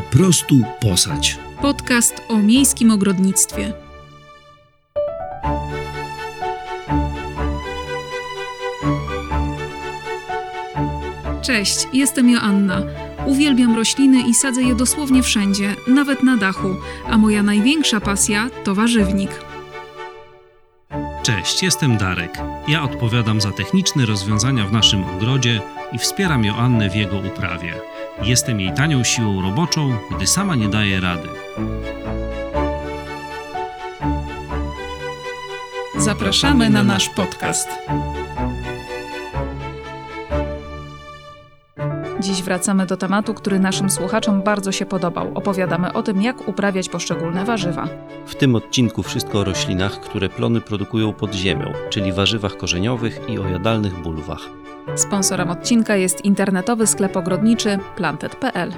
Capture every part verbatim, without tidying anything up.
Po prostu posadź. Podcast o miejskim ogrodnictwie. Cześć, jestem Joanna. Uwielbiam rośliny i sadzę je dosłownie wszędzie, nawet na dachu, a moja największa pasja to warzywnik. Cześć, jestem Darek. Ja odpowiadam za techniczne rozwiązania w naszym ogrodzie i wspieram Joannę w jego uprawie. Jestem jej tanią siłą roboczą, gdy sama nie daje rady. Zapraszamy na nasz podcast. Dziś wracamy do tematu, który naszym słuchaczom bardzo się podobał. Opowiadamy o tym, jak uprawiać poszczególne warzywa. W tym odcinku wszystko o roślinach, które plony produkują pod ziemią, czyli warzywach korzeniowych i o jadalnych bulwach. Sponsorem odcinka jest internetowy sklep ogrodniczy planted kropka p l.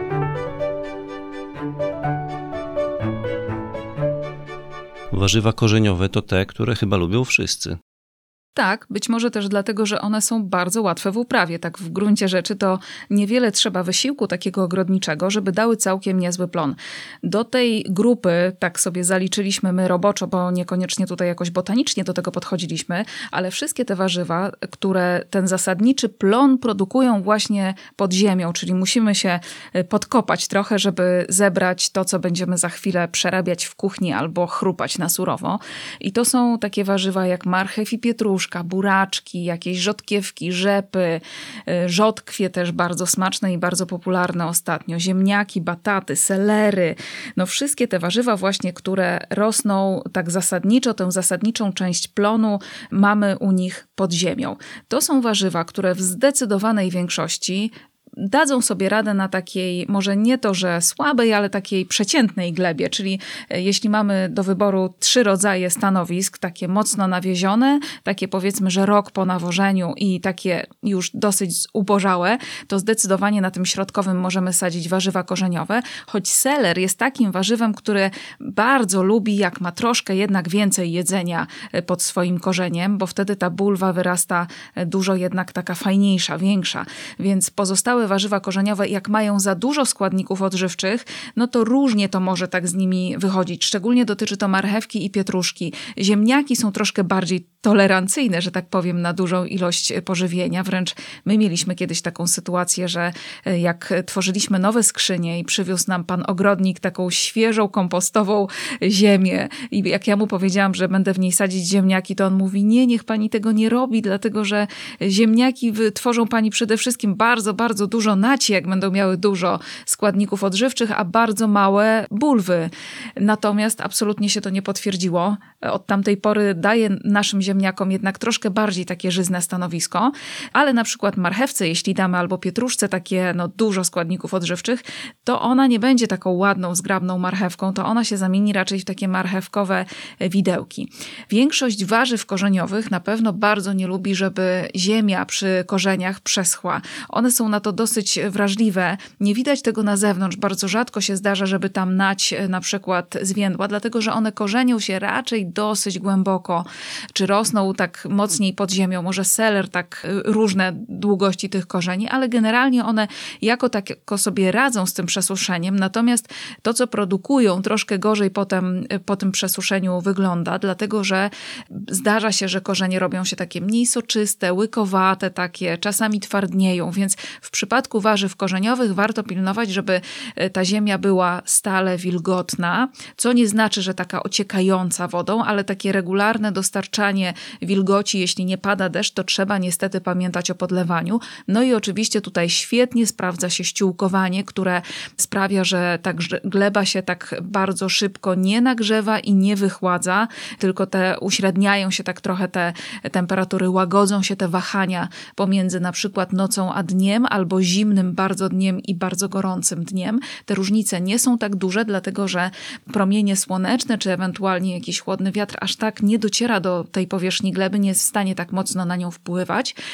Warzywa korzeniowe to te, które chyba lubią wszyscy. Tak, być może też dlatego, że one są bardzo łatwe w uprawie. Tak w gruncie rzeczy to niewiele trzeba wysiłku takiego ogrodniczego, żeby dały całkiem niezły plon. Do tej grupy, tak sobie zaliczyliśmy my roboczo, bo niekoniecznie tutaj jakoś botanicznie do tego podchodziliśmy, ale wszystkie te warzywa, które ten zasadniczy plon produkują właśnie pod ziemią, czyli musimy się podkopać trochę, żeby zebrać to, co będziemy za chwilę przerabiać w kuchni albo chrupać na surowo. I to są takie warzywa jak marchew i pietruszka, buraczki, jakieś rzodkiewki, rzepy, rzodkwie też bardzo smaczne i bardzo popularne ostatnio, ziemniaki, bataty, selery. No wszystkie te warzywa właśnie, które rosną tak zasadniczo, tę zasadniczą część plonu mamy u nich pod ziemią. To są warzywa, które w zdecydowanej większości dadzą sobie radę na takiej, może nie to, że słabej, ale takiej przeciętnej glebie, czyli jeśli mamy do wyboru trzy rodzaje stanowisk, takie mocno nawiezione, takie powiedzmy, że rok po nawożeniu i takie już dosyć zubożałe, to zdecydowanie na tym środkowym możemy sadzić warzywa korzeniowe, choć seler jest takim warzywem, które bardzo lubi, jak ma troszkę jednak więcej jedzenia pod swoim korzeniem, bo wtedy ta bulwa wyrasta dużo jednak taka fajniejsza, większa, więc pozostałe warzywa korzeniowe, jak mają za dużo składników odżywczych, no to różnie to może tak z nimi wychodzić. Szczególnie dotyczy to marchewki i pietruszki. Ziemniaki są troszkę bardziej tolerancyjne, że tak powiem, na dużą ilość pożywienia. Wręcz my mieliśmy kiedyś taką sytuację, że jak tworzyliśmy nowe skrzynie i przywiózł nam pan ogrodnik taką świeżą, kompostową ziemię i jak ja mu powiedziałam, że będę w niej sadzić ziemniaki, to on mówi, nie, niech pani tego nie robi, dlatego że ziemniaki tworzą pani przede wszystkim bardzo, bardzo dużo naci, jak będą miały dużo składników odżywczych, a bardzo małe bulwy. Natomiast absolutnie się to nie potwierdziło. Od tamtej pory daje naszym ziemniakom jednak troszkę bardziej takie żyzne stanowisko, ale na przykład marchewce, jeśli damy albo pietruszce takie no, dużo składników odżywczych, to ona nie będzie taką ładną, zgrabną marchewką, to ona się zamieni raczej w takie marchewkowe widełki. Większość warzyw korzeniowych na pewno bardzo nie lubi, żeby ziemia przy korzeniach przeschła. One są na to dosyć wrażliwe. Nie widać tego na zewnątrz. Bardzo rzadko się zdarza, żeby tam nać na przykład zwiędła, dlatego że one korzenią się raczej dosyć głęboko, czy rosną tak mocniej pod ziemią. Może seler, tak różne długości tych korzeni, ale generalnie one jako tako sobie radzą z tym przesuszeniem, natomiast to, co produkują, troszkę gorzej potem po tym przesuszeniu wygląda, dlatego że zdarza się, że korzenie robią się takie mniej soczyste, łykowate takie, czasami twardnieją, więc w przypadku warzyw korzeniowych warto pilnować, żeby ta ziemia była stale wilgotna, co nie znaczy, że taka ociekająca wodą, ale takie regularne dostarczanie wilgoci, jeśli nie pada deszcz, to trzeba niestety pamiętać o podlewaniu. No i oczywiście tutaj świetnie sprawdza się ściółkowanie, które sprawia, że ta gleba się tak bardzo szybko nie nagrzewa i nie wychładza, tylko te uśredniają się tak trochę te temperatury, łagodzą się te wahania pomiędzy na przykład nocą a dniem, albo zimnym bardzo dniem i bardzo gorącym dniem. Te różnice nie są tak duże, dlatego że promienie słoneczne, czy ewentualnie jakiś chłodny wiatr aż tak nie dociera do tej powierzchni gleby, nie jest w stanie tak mocno na nią wpływać.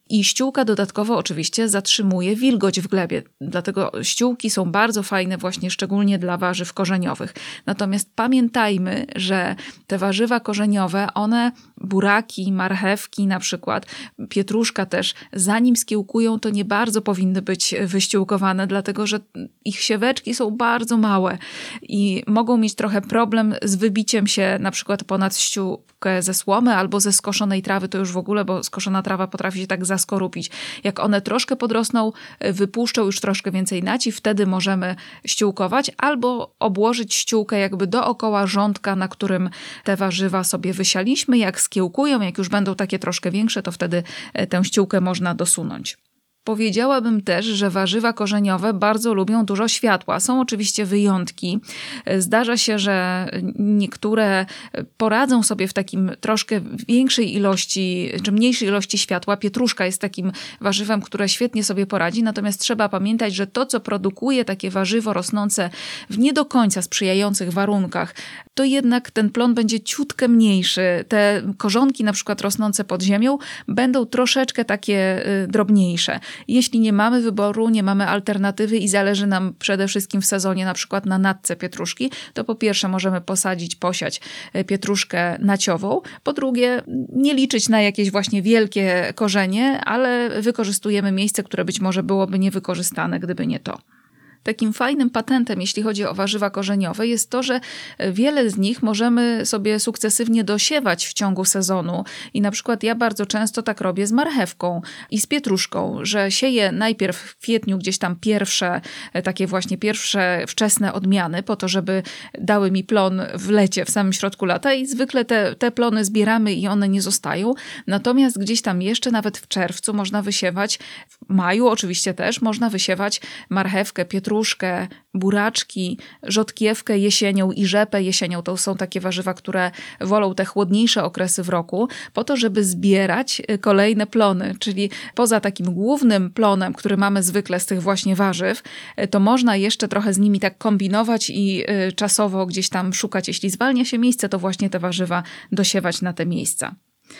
I ściółka dodatkowo oczywiście zatrzymuje wilgoć w glebie, dlatego ściółki są bardzo fajne właśnie szczególnie dla warzyw korzeniowych. Natomiast pamiętajmy, że te warzywa korzeniowe, one, buraki, marchewki na przykład, pietruszka też, zanim skiełkują, to nie bardzo powinny być wyściółkowane, dlatego że ich sieweczki są bardzo małe i mogą mieć trochę problem z wybiciem się na przykład ponad ściółkę ze słomy albo ze skoszonej trawy, to już w ogóle, bo skoszona trawa potrafi się tak zaskorupić. Jak one troszkę podrosną, wypuszczą już troszkę więcej naci, wtedy możemy ściółkować albo obłożyć ściółkę jakby dookoła rządka, na którym te warzywa sobie wysialiśmy. Jak skiełkują, jak już będą takie troszkę większe, to wtedy tę ściółkę można dosunąć. Powiedziałabym też, że warzywa korzeniowe bardzo lubią dużo światła. Są oczywiście wyjątki. Zdarza się, że niektóre poradzą sobie w takim troszkę większej ilości, czy mniejszej ilości światła. Pietruszka jest takim warzywem, które świetnie sobie poradzi, natomiast trzeba pamiętać, że to, co produkuje takie warzywo rosnące w nie do końca sprzyjających warunkach, to jednak ten plon będzie ciutkę mniejszy. Te korzonki na przykład rosnące pod ziemią będą troszeczkę takie drobniejsze. Jeśli nie mamy wyboru, nie mamy alternatywy i zależy nam przede wszystkim w sezonie na przykład na natce pietruszki, to po pierwsze możemy posadzić, posiać pietruszkę naciową, po drugie nie liczyć na jakieś właśnie wielkie korzenie, ale wykorzystujemy miejsce, które być może byłoby niewykorzystane, gdyby nie to. Takim fajnym patentem, jeśli chodzi o warzywa korzeniowe, jest to, że wiele z nich możemy sobie sukcesywnie dosiewać w ciągu sezonu. I na przykład ja bardzo często tak robię z marchewką i z pietruszką, że sieję najpierw w kwietniu gdzieś tam pierwsze, takie właśnie pierwsze wczesne odmiany, po to, żeby dały mi plon w lecie, w samym środku lata i zwykle te, te plony zbieramy i one nie zostają. Natomiast gdzieś tam jeszcze nawet w czerwcu można wysiewać, w maju oczywiście też, można wysiewać marchewkę, pietruszkę, pietruszkę, buraczki, rzodkiewkę jesienią i rzepę jesienią. To są takie warzywa, które wolą te chłodniejsze okresy w roku, po to, żeby zbierać kolejne plony. Czyli poza takim głównym plonem, który mamy zwykle z tych właśnie warzyw, to można jeszcze trochę z nimi tak kombinować i czasowo gdzieś tam szukać. Jeśli zwalnia się miejsce, to właśnie te warzywa dosiewać na te miejsca.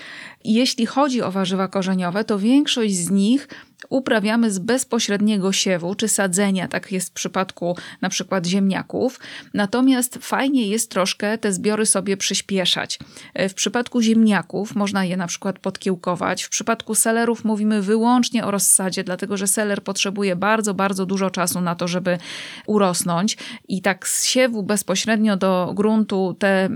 I jeśli chodzi o warzywa korzeniowe, to większość z nich uprawiamy z bezpośredniego siewu czy sadzenia, tak jest w przypadku na przykład ziemniaków. Natomiast fajnie jest troszkę te zbiory sobie przyspieszać. W przypadku ziemniaków można je na przykład podkiełkować. W przypadku selerów mówimy wyłącznie o rozsadzie, dlatego że seler potrzebuje bardzo, bardzo dużo czasu na to, żeby urosnąć. I tak z siewu bezpośrednio do gruntu te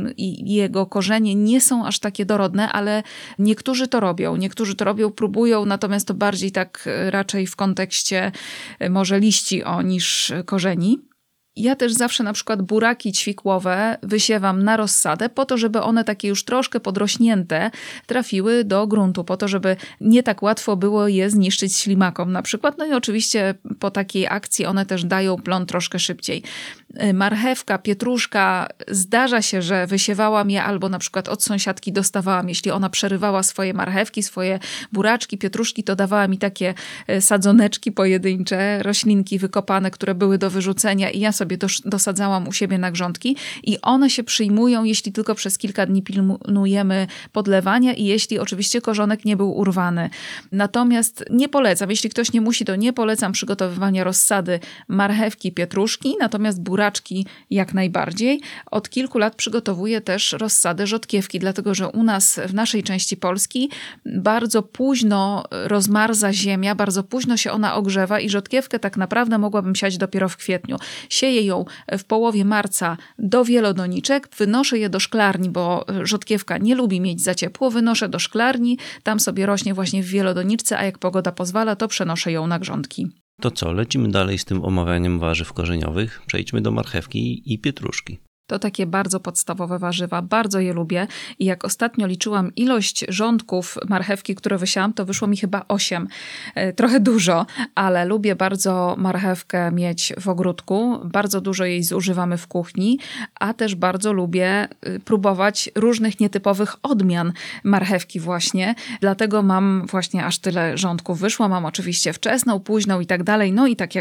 i jego korzenie nie są aż takie dorodne, ale niektórzy to robią. Niektórzy to robią, próbują, natomiast to bardziej tak raczej w kontekście może liści o niż korzeni. Ja też zawsze na przykład buraki ćwikłowe wysiewam na rozsadę po to, żeby one takie już troszkę podrośnięte trafiły do gruntu, po to, żeby nie tak łatwo było je zniszczyć ślimakom na przykład. No i oczywiście po takiej akcji one też dają plon troszkę szybciej. Marchewka, pietruszka, zdarza się, że wysiewałam je albo na przykład od sąsiadki dostawałam. Jeśli ona przerywała swoje marchewki, swoje buraczki, pietruszki, to dawała mi takie sadzoneczki pojedyncze, roślinki wykopane, które były do wyrzucenia i ja sobie dos- dosadzałam u siebie na grządki i one się przyjmują, jeśli tylko przez kilka dni pilnujemy podlewania i jeśli oczywiście korzonek nie był urwany. Natomiast nie polecam, jeśli ktoś nie musi, to nie polecam przygotowywania rozsady marchewki, pietruszki, natomiast buraczki jak najbardziej. Od kilku lat przygotowuję też rozsadę rzodkiewki, dlatego że u nas w naszej części Polski bardzo późno rozmarza ziemia, bardzo późno się ona ogrzewa i rzodkiewkę tak naprawdę mogłabym siać dopiero w kwietniu. Sieję ją w połowie marca do wielodoniczek, wynoszę je do szklarni, bo rzodkiewka nie lubi mieć za ciepło, wynoszę do szklarni, tam sobie rośnie właśnie w wielodoniczce, a jak pogoda pozwala, to przenoszę ją na grządki. To co, lecimy dalej z tym omawianiem warzyw korzeniowych. Przejdźmy do marchewki i pietruszki. To takie bardzo podstawowe warzywa, bardzo je lubię i jak ostatnio liczyłam ilość rządków marchewki, które wysiałam, to wyszło mi chyba osiem. Trochę dużo, ale lubię bardzo marchewkę mieć w ogródku, bardzo dużo jej zużywamy w kuchni, a też bardzo lubię próbować różnych nietypowych odmian marchewki właśnie, dlatego mam właśnie aż tyle rządków wyszło. Mam oczywiście wczesną, późną i tak dalej, no i tak jakoś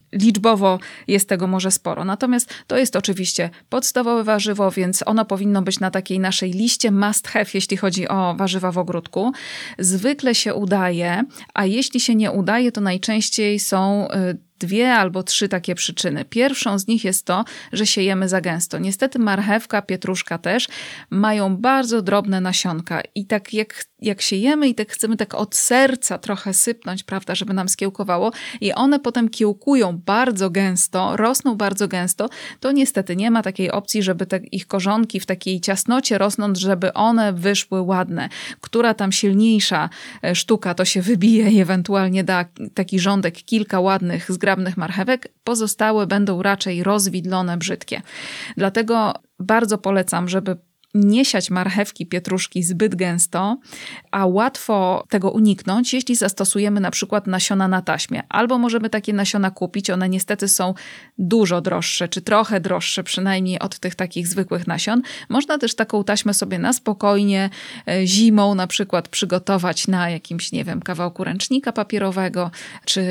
liczbowo jest tego może sporo. Natomiast to jest oczywiście podstawowe warzywo, więc ono powinno być na takiej naszej liście must have, jeśli chodzi o warzywa w ogródku. Zwykle się udaje, a jeśli się nie udaje, to najczęściej są dwie albo trzy takie przyczyny. Pierwszą z nich jest to, że siejemy za gęsto. Niestety marchewka, pietruszka też mają bardzo drobne nasionka i tak jak, jak siejemy i tak chcemy tak od serca trochę sypnąć, prawda, żeby nam skiełkowało i one potem kiełkują bardzo gęsto, rosną bardzo gęsto, to niestety nie ma takiej opcji, żeby te ich korzonki w takiej ciasnocie rosnąć, żeby one wyszły ładne. Która tam silniejsza sztuka to się wybije i ewentualnie da taki rządek kilka ładnych, zgrabnych marchewek, pozostałe będą raczej rozwidlone, brzydkie. Dlatego bardzo polecam, żeby nie siać marchewki, pietruszki zbyt gęsto, a łatwo tego uniknąć, jeśli zastosujemy na przykład nasiona na taśmie. Albo możemy takie nasiona kupić, one niestety są dużo droższe, czy trochę droższe przynajmniej od tych takich zwykłych nasion. Można też taką taśmę sobie na spokojnie zimą na przykład przygotować na jakimś, nie wiem, kawałku ręcznika papierowego, czy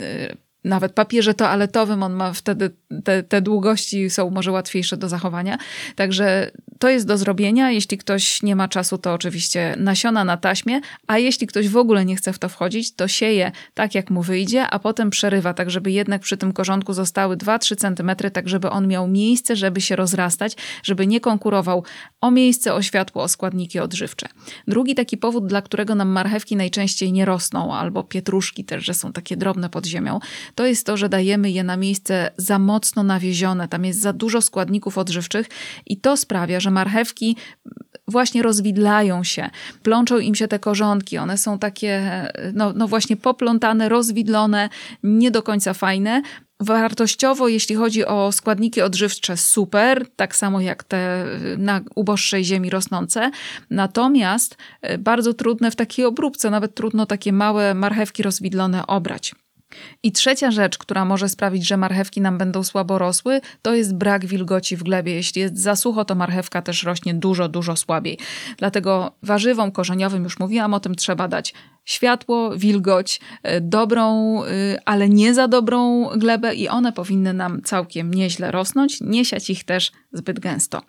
nawet papierze toaletowym, on ma wtedy, te, te długości są może łatwiejsze do zachowania. Także to jest do zrobienia. Jeśli ktoś nie ma czasu, to oczywiście nasiona na taśmie, a jeśli ktoś w ogóle nie chce w to wchodzić, to sieje tak, jak mu wyjdzie, a potem przerywa, tak żeby jednak przy tym korzonku zostały dwa do trzech centymetrów, tak żeby on miał miejsce, żeby się rozrastać, żeby nie konkurował o miejsce, o światło, o składniki odżywcze. Drugi taki powód, dla którego nam marchewki najczęściej nie rosną, albo pietruszki też, że są takie drobne pod ziemią, to jest to, że dajemy je na miejsce za mocno nawiezione. Tam jest za dużo składników odżywczych i to sprawia, że marchewki właśnie rozwidlają się, plączą im się te korzonki. One są takie, no, no właśnie poplątane, rozwidlone, nie do końca fajne. Wartościowo, jeśli chodzi o składniki odżywcze, super, tak samo jak te na uboższej ziemi rosnące. Natomiast bardzo trudne w takiej obróbce, nawet trudno takie małe marchewki rozwidlone obrać. I trzecia rzecz, która może sprawić, że marchewki nam będą słabo rosły, to jest brak wilgoci w glebie. Jeśli jest za sucho, to marchewka też rośnie dużo, dużo słabiej. Dlatego warzywom korzeniowym, już mówiłam o tym, trzeba dać światło, wilgoć, dobrą, ale nie za dobrą glebę i one powinny nam całkiem nieźle rosnąć, nie siać ich też zbyt gęsto.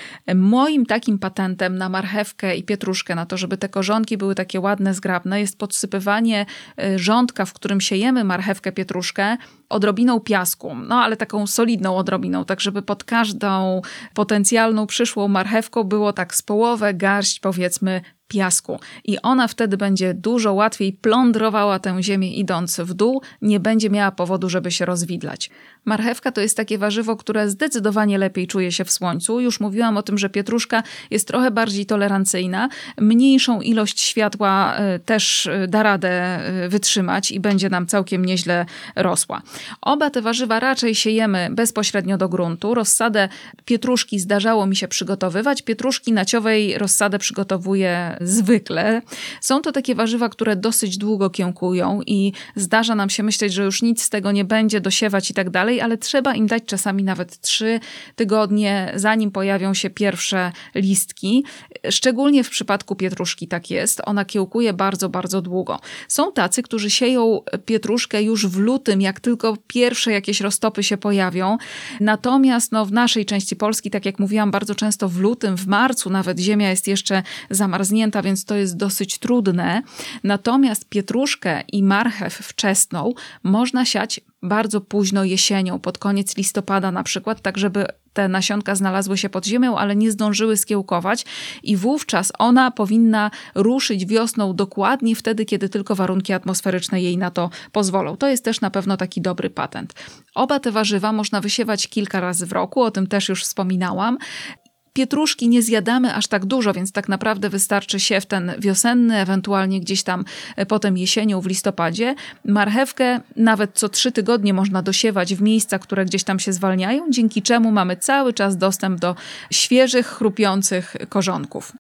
Moim takim patentem na marchewkę i pietruszkę, na to, żeby te korzonki były takie ładne, zgrabne, jest podsypywanie rządka, w którym siejemy marchewkę, pietruszkę, odrobiną piasku, no ale taką solidną odrobiną, tak żeby pod każdą potencjalną przyszłą marchewką było tak z połowę garść, powiedzmy, piasku. I ona wtedy będzie dużo łatwiej plądrowała tę ziemię idąc w dół, nie będzie miała powodu, żeby się rozwidlać. Marchewka to jest takie warzywo, które zdecydowanie lepiej czuje się w słońcu. Już mówiłam o tym, że pietruszka jest trochę bardziej tolerancyjna. Mniejszą ilość światła też da radę wytrzymać i będzie nam całkiem nieźle rosła. Oba te warzywa raczej siejemy bezpośrednio do gruntu. Rozsadę pietruszki zdarzało mi się przygotowywać. Pietruszki naciowej rozsadę przygotowuję zwykle. Są to takie warzywa, które dosyć długo kiełkują i zdarza nam się myśleć, że już nic z tego nie będzie, dosiewać i tak dalej, ale trzeba im dać czasami nawet trzy tygodnie, zanim pojawią się pierwsze listki. Szczególnie w przypadku pietruszki tak jest. Ona kiełkuje bardzo, bardzo długo. Są tacy, którzy sieją pietruszkę już w lutym, jak tylko pierwsze jakieś roztopy się pojawią. Natomiast no, w naszej części Polski, tak jak mówiłam, bardzo często w lutym, w marcu nawet ziemia jest jeszcze zamarznięta, więc to jest dosyć trudne. Natomiast pietruszkę i marchew wczesną można siać bardzo późno jesienią, pod koniec listopada na przykład, tak żeby te nasionka znalazły się pod ziemią, ale nie zdążyły skiełkować i wówczas ona powinna ruszyć wiosną dokładnie wtedy, kiedy tylko warunki atmosferyczne jej na to pozwolą. To jest też na pewno taki dobry patent. Oba te warzywa można wysiewać kilka razy w roku, o tym też już wspominałam. Pietruszki nie zjadamy aż tak dużo, więc tak naprawdę wystarczy siew ten wiosenny, ewentualnie gdzieś tam potem jesienią w listopadzie. Marchewkę nawet co trzy tygodnie można dosiewać w miejscach, które gdzieś tam się zwalniają, dzięki czemu mamy cały czas dostęp do świeżych, chrupiących korzonków.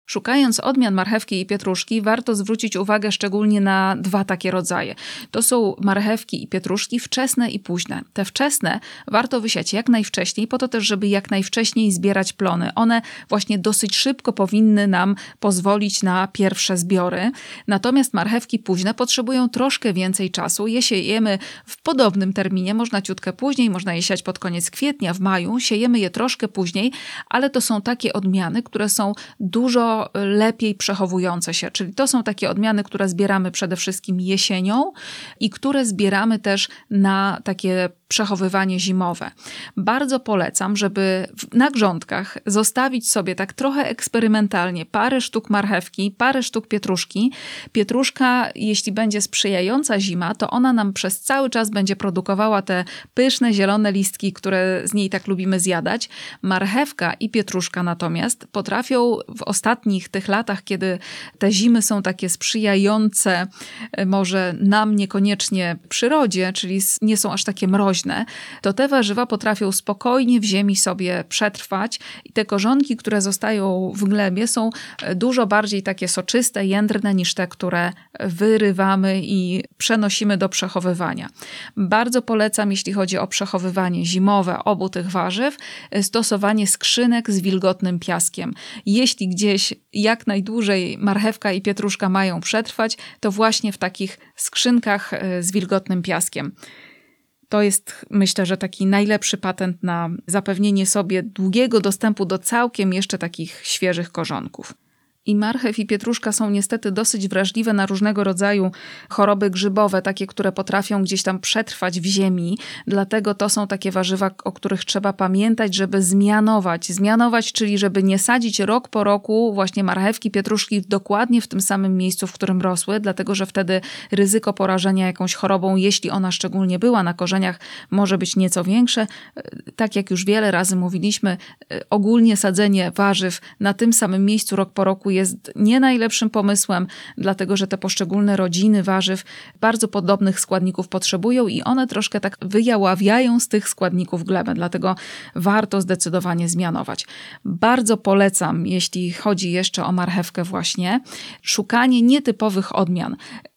Szukając odmian marchewki i pietruszki, warto zwrócić uwagę szczególnie na dwa takie rodzaje. To są marchewki i pietruszki wczesne i późne. Te wczesne warto wysiać jak najwcześniej, po to też, żeby jak najwcześniej zbierać plony. One właśnie dosyć szybko powinny nam pozwolić na pierwsze zbiory. Natomiast marchewki późne potrzebują troszkę więcej czasu. Je siejemy w podobnym terminie, można ciutkę później, można je siać pod koniec kwietnia, w maju. Siejemy je troszkę później, ale to są takie odmiany, które są dużo lepiej przechowujące się. Czyli to są takie odmiany, które zbieramy przede wszystkim jesienią i które zbieramy też na takie przechowywanie zimowe. Bardzo polecam, żeby na grządkach zostawić sobie tak trochę eksperymentalnie parę sztuk marchewki, parę sztuk pietruszki. Pietruszka, jeśli będzie sprzyjająca zima, to ona nam przez cały czas będzie produkowała te pyszne, zielone listki, które z niej tak lubimy zjadać. Marchewka i pietruszka natomiast potrafią w ostatnich tych latach, kiedy te zimy są takie sprzyjające może nam niekoniecznie przyrodzie, czyli nie są aż takie mroźne, to te warzywa potrafią spokojnie w ziemi sobie przetrwać i te korzonki, które zostają w glebie, są dużo bardziej takie soczyste, jędrne niż te, które wyrywamy i przenosimy do przechowywania. Bardzo polecam, jeśli chodzi o przechowywanie zimowe obu tych warzyw, stosowanie skrzynek z wilgotnym piaskiem. Jeśli gdzieś jak najdłużej marchewka i pietruszka mają przetrwać, to właśnie w takich skrzynkach z wilgotnym piaskiem. To jest, myślę, że taki najlepszy patent na zapewnienie sobie długiego dostępu do całkiem jeszcze takich świeżych korzonków. I marchew i pietruszka są niestety dosyć wrażliwe na różnego rodzaju choroby grzybowe, takie, które potrafią gdzieś tam przetrwać w ziemi. Dlatego to są takie warzywa, o których trzeba pamiętać, żeby zmianować. Zmianować, czyli żeby nie sadzić rok po roku właśnie marchewki, pietruszki dokładnie w tym samym miejscu, w którym rosły, dlatego że wtedy ryzyko porażenia jakąś chorobą, jeśli ona szczególnie była na korzeniach, może być nieco większe. Tak jak już wiele razy mówiliśmy, ogólnie sadzenie warzyw na tym samym miejscu rok po roku jest nie najlepszym pomysłem, dlatego że te poszczególne rodziny warzyw bardzo podobnych składników potrzebują i one troszkę tak wyjaławiają z tych składników glebę, dlatego warto zdecydowanie zmianować. Bardzo polecam, jeśli chodzi jeszcze o marchewkę właśnie, szukanie nietypowych odmian.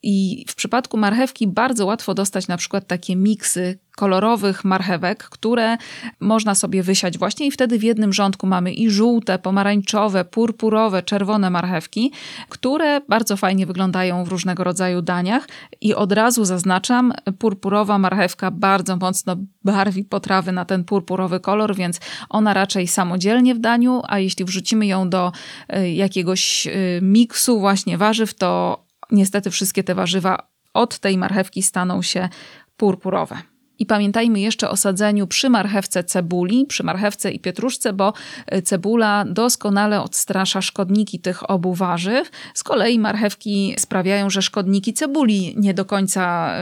I w przypadku marchewki bardzo łatwo dostać na przykład takie miksy kolorowych marchewek, które można sobie wysiać właśnie i wtedy w jednym rządku mamy i żółte, pomarańczowe, purpurowe, czerwone marchewki, które bardzo fajnie wyglądają w różnego rodzaju daniach i od razu zaznaczam, purpurowa marchewka bardzo mocno barwi potrawy na ten purpurowy kolor, więc ona raczej samodzielnie w daniu, a jeśli wrzucimy ją do jakiegoś miksu właśnie warzyw, to niestety wszystkie te warzywa od tej marchewki staną się purpurowe. I pamiętajmy jeszcze o sadzeniu przy marchewce cebuli, przy marchewce i pietruszce, bo cebula doskonale odstrasza szkodniki tych obu warzyw. Z kolei marchewki sprawiają, że szkodniki cebuli nie do końca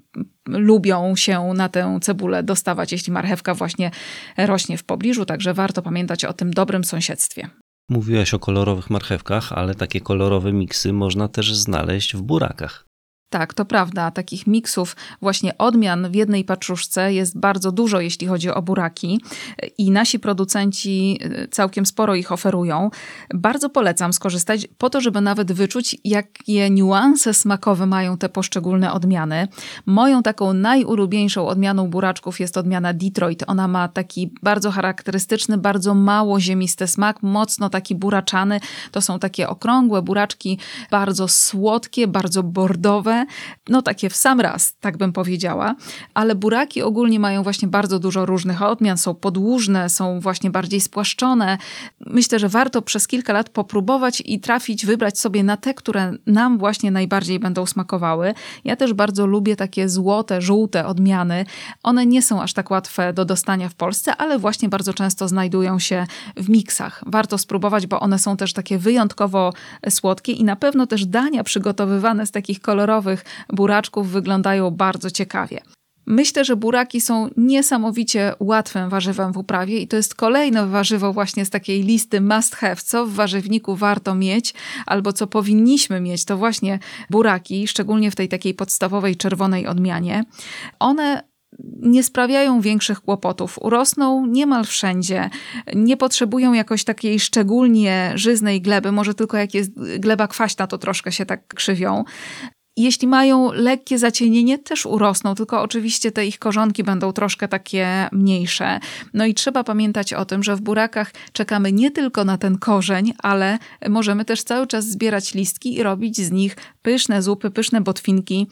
y, lubią się na tę cebulę dostawać, jeśli marchewka właśnie rośnie w pobliżu. Także warto pamiętać o tym dobrym sąsiedztwie. Mówiłaś o kolorowych marchewkach, ale takie kolorowe miksy można też znaleźć w burakach. Tak, to prawda. Takich miksów, właśnie odmian w jednej paczuszce jest bardzo dużo, jeśli chodzi o buraki i nasi producenci całkiem sporo ich oferują. Bardzo polecam skorzystać po to, żeby nawet wyczuć, jakie niuanse smakowe mają te poszczególne odmiany. Moją taką najulubieńszą odmianą buraczków jest odmiana Detroit. Ona ma taki bardzo charakterystyczny, bardzo mało ziemisty smak, mocno taki buraczany. To są takie okrągłe buraczki, bardzo słodkie, bardzo bordowe. No takie w sam raz, tak bym powiedziała, ale buraki ogólnie mają właśnie bardzo dużo różnych odmian, są podłużne, są właśnie bardziej spłaszczone. Myślę, że warto przez kilka lat popróbować i trafić, wybrać sobie na te, które nam właśnie najbardziej będą smakowały. Ja też bardzo lubię takie złote, żółte odmiany. One nie są aż tak łatwe do dostania w Polsce, ale właśnie bardzo często znajdują się w miksach. Warto spróbować, bo one są też takie wyjątkowo słodkie i na pewno też dania przygotowywane z takich kolorowych buraczków wyglądają bardzo ciekawie. Myślę, że buraki są niesamowicie łatwym warzywem w uprawie i to jest kolejne warzywo właśnie z takiej listy must have, co w warzywniku warto mieć albo co powinniśmy mieć, to właśnie buraki, szczególnie w tej takiej podstawowej czerwonej odmianie. One nie sprawiają większych kłopotów. Urosną niemal wszędzie. Nie potrzebują jakoś takiej szczególnie żyznej gleby. Może tylko jak jest gleba kwaśna, to troszkę się tak krzywią. Jeśli mają lekkie zacienienie, też urosną, tylko oczywiście te ich korzonki będą troszkę takie mniejsze. No i trzeba pamiętać o tym, że w burakach czekamy nie tylko na ten korzeń, ale możemy też cały czas zbierać listki i robić z nich pyszne zupy, pyszne botwinki,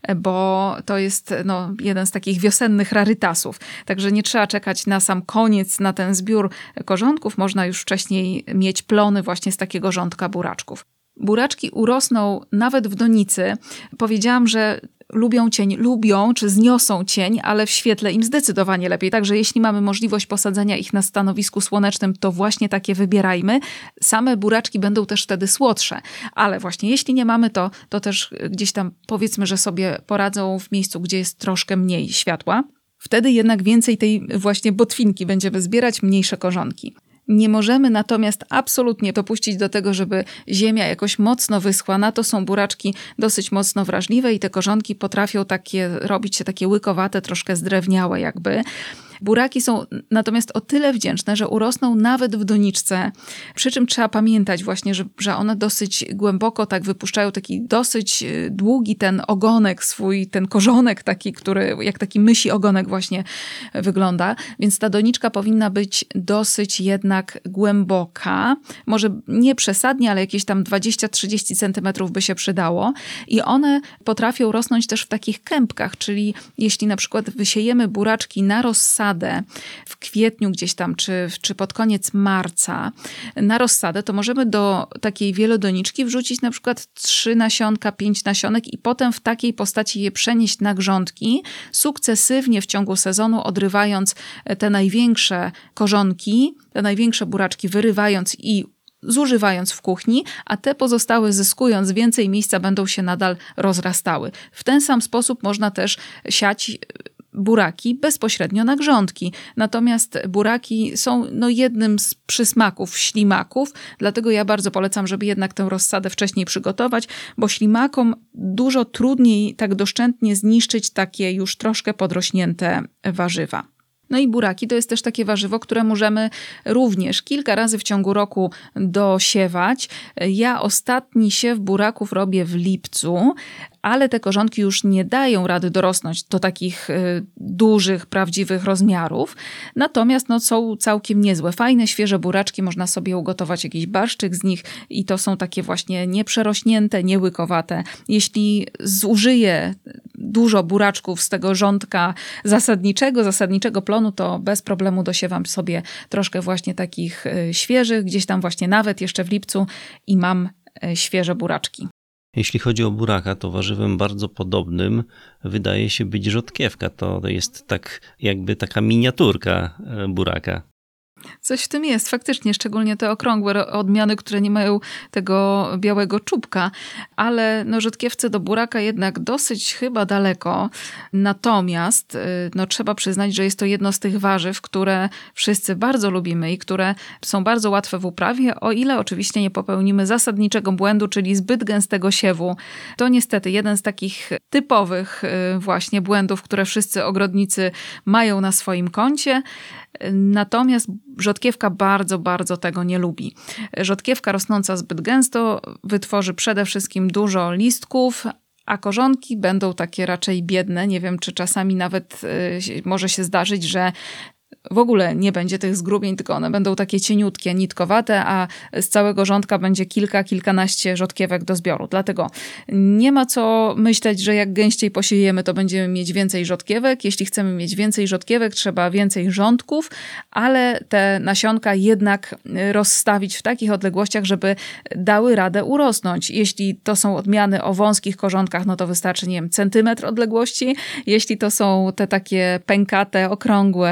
bo to jest no, jeden z takich wiosennych rarytasów. Także nie trzeba czekać na sam koniec, na ten zbiór korzonków. Można już wcześniej mieć plony właśnie z takiego rządka buraczków. Buraczki urosną nawet w donicy. Powiedziałam, że lubią cień, lubią czy zniosą cień, ale w świetle im zdecydowanie lepiej. Także jeśli mamy możliwość posadzenia ich na stanowisku słonecznym, to właśnie takie wybierajmy. Same buraczki będą też wtedy słodsze, ale właśnie jeśli nie mamy to, to też gdzieś tam powiedzmy, że sobie poradzą w miejscu, gdzie jest troszkę mniej światła. Wtedy jednak więcej tej właśnie botwinki będziemy zbierać, mniejsze korzonki. Nie możemy natomiast absolutnie dopuścić do tego, żeby ziemia jakoś mocno wyschła. Na to są buraczki dosyć mocno wrażliwe i te korzonki potrafią takie robić się takie łykowate, troszkę zdrewniałe jakby. Buraki są natomiast o tyle wdzięczne, że urosną nawet w doniczce, przy czym trzeba pamiętać właśnie, że, że one dosyć głęboko tak wypuszczają taki dosyć długi ten ogonek swój, ten korzonek taki, który jak taki mysi ogonek właśnie wygląda, więc ta doniczka powinna być dosyć jednak głęboka, może nie przesadnie, ale jakieś tam dwadzieścia trzydzieści centymetrów by się przydało i one potrafią rosnąć też w takich kępkach, czyli jeśli na przykład wysiejemy buraczki na rozsadę w kwietniu gdzieś tam, czy, czy pod koniec marca na rozsadę, to możemy do takiej wielodoniczki wrzucić na przykład trzy nasionka, pięć nasionek i potem w takiej postaci je przenieść na grządki, sukcesywnie w ciągu sezonu odrywając te największe korzonki, te największe buraczki wyrywając i zużywając w kuchni, a te pozostałe zyskując więcej miejsca będą się nadal rozrastały. W ten sam sposób można też siać buraki bezpośrednio na grządki. Natomiast buraki są no, jednym z przysmaków ślimaków, dlatego ja bardzo polecam, żeby jednak tę rozsadę wcześniej przygotować, bo ślimakom dużo trudniej tak doszczętnie zniszczyć takie już troszkę podrośnięte warzywa. No i buraki to jest też takie warzywo, które możemy również kilka razy w ciągu roku dosiewać. Ja ostatni siew buraków robię w lipcu, ale te korzonki już nie dają rady dorosnąć do takich y, dużych, prawdziwych rozmiarów. Natomiast no, są całkiem niezłe. Fajne, świeże buraczki, można sobie ugotować jakiś barszczyk z nich i to są takie właśnie nieprzerośnięte, niełykowate. Jeśli zużyję dużo buraczków z tego rządka zasadniczego, zasadniczego plonu, to bez problemu dosiewam sobie troszkę właśnie takich y, świeżych, gdzieś tam właśnie nawet jeszcze w lipcu i mam y, świeże buraczki. Jeśli chodzi o buraka, to warzywem bardzo podobnym wydaje się być rzodkiewka. To jest tak jakby taka miniaturka buraka. Coś w tym jest, faktycznie, szczególnie te okrągłe odmiany, które nie mają tego białego czubka, ale no, rzodkiewce do buraka jednak dosyć chyba daleko. Natomiast no, trzeba przyznać, że jest to jedno z tych warzyw, które wszyscy bardzo lubimy i które są bardzo łatwe w uprawie, o ile oczywiście nie popełnimy zasadniczego błędu, czyli zbyt gęstego siewu. To niestety jeden z takich typowych właśnie błędów, które wszyscy ogrodnicy mają na swoim koncie. Natomiast rzodkiewka bardzo, bardzo tego nie lubi. Rzodkiewka rosnąca zbyt gęsto wytworzy przede wszystkim dużo listków, a korzonki będą takie raczej biedne. Nie wiem, czy czasami nawet y, może się zdarzyć, że w ogóle nie będzie tych zgrubień, tylko one będą takie cieniutkie, nitkowate, a z całego rządka będzie kilka, kilkanaście rzodkiewek do zbioru. Dlatego nie ma co myśleć, że jak gęściej posiejemy, to będziemy mieć więcej rzodkiewek. Jeśli chcemy mieć więcej rzodkiewek, trzeba więcej rządków, ale te nasionka jednak rozstawić w takich odległościach, żeby dały radę urosnąć. Jeśli to są odmiany o wąskich korzonkach, no to wystarczy, nie wiem, centymetr odległości. Jeśli to są te takie pękate, okrągłe, właśnie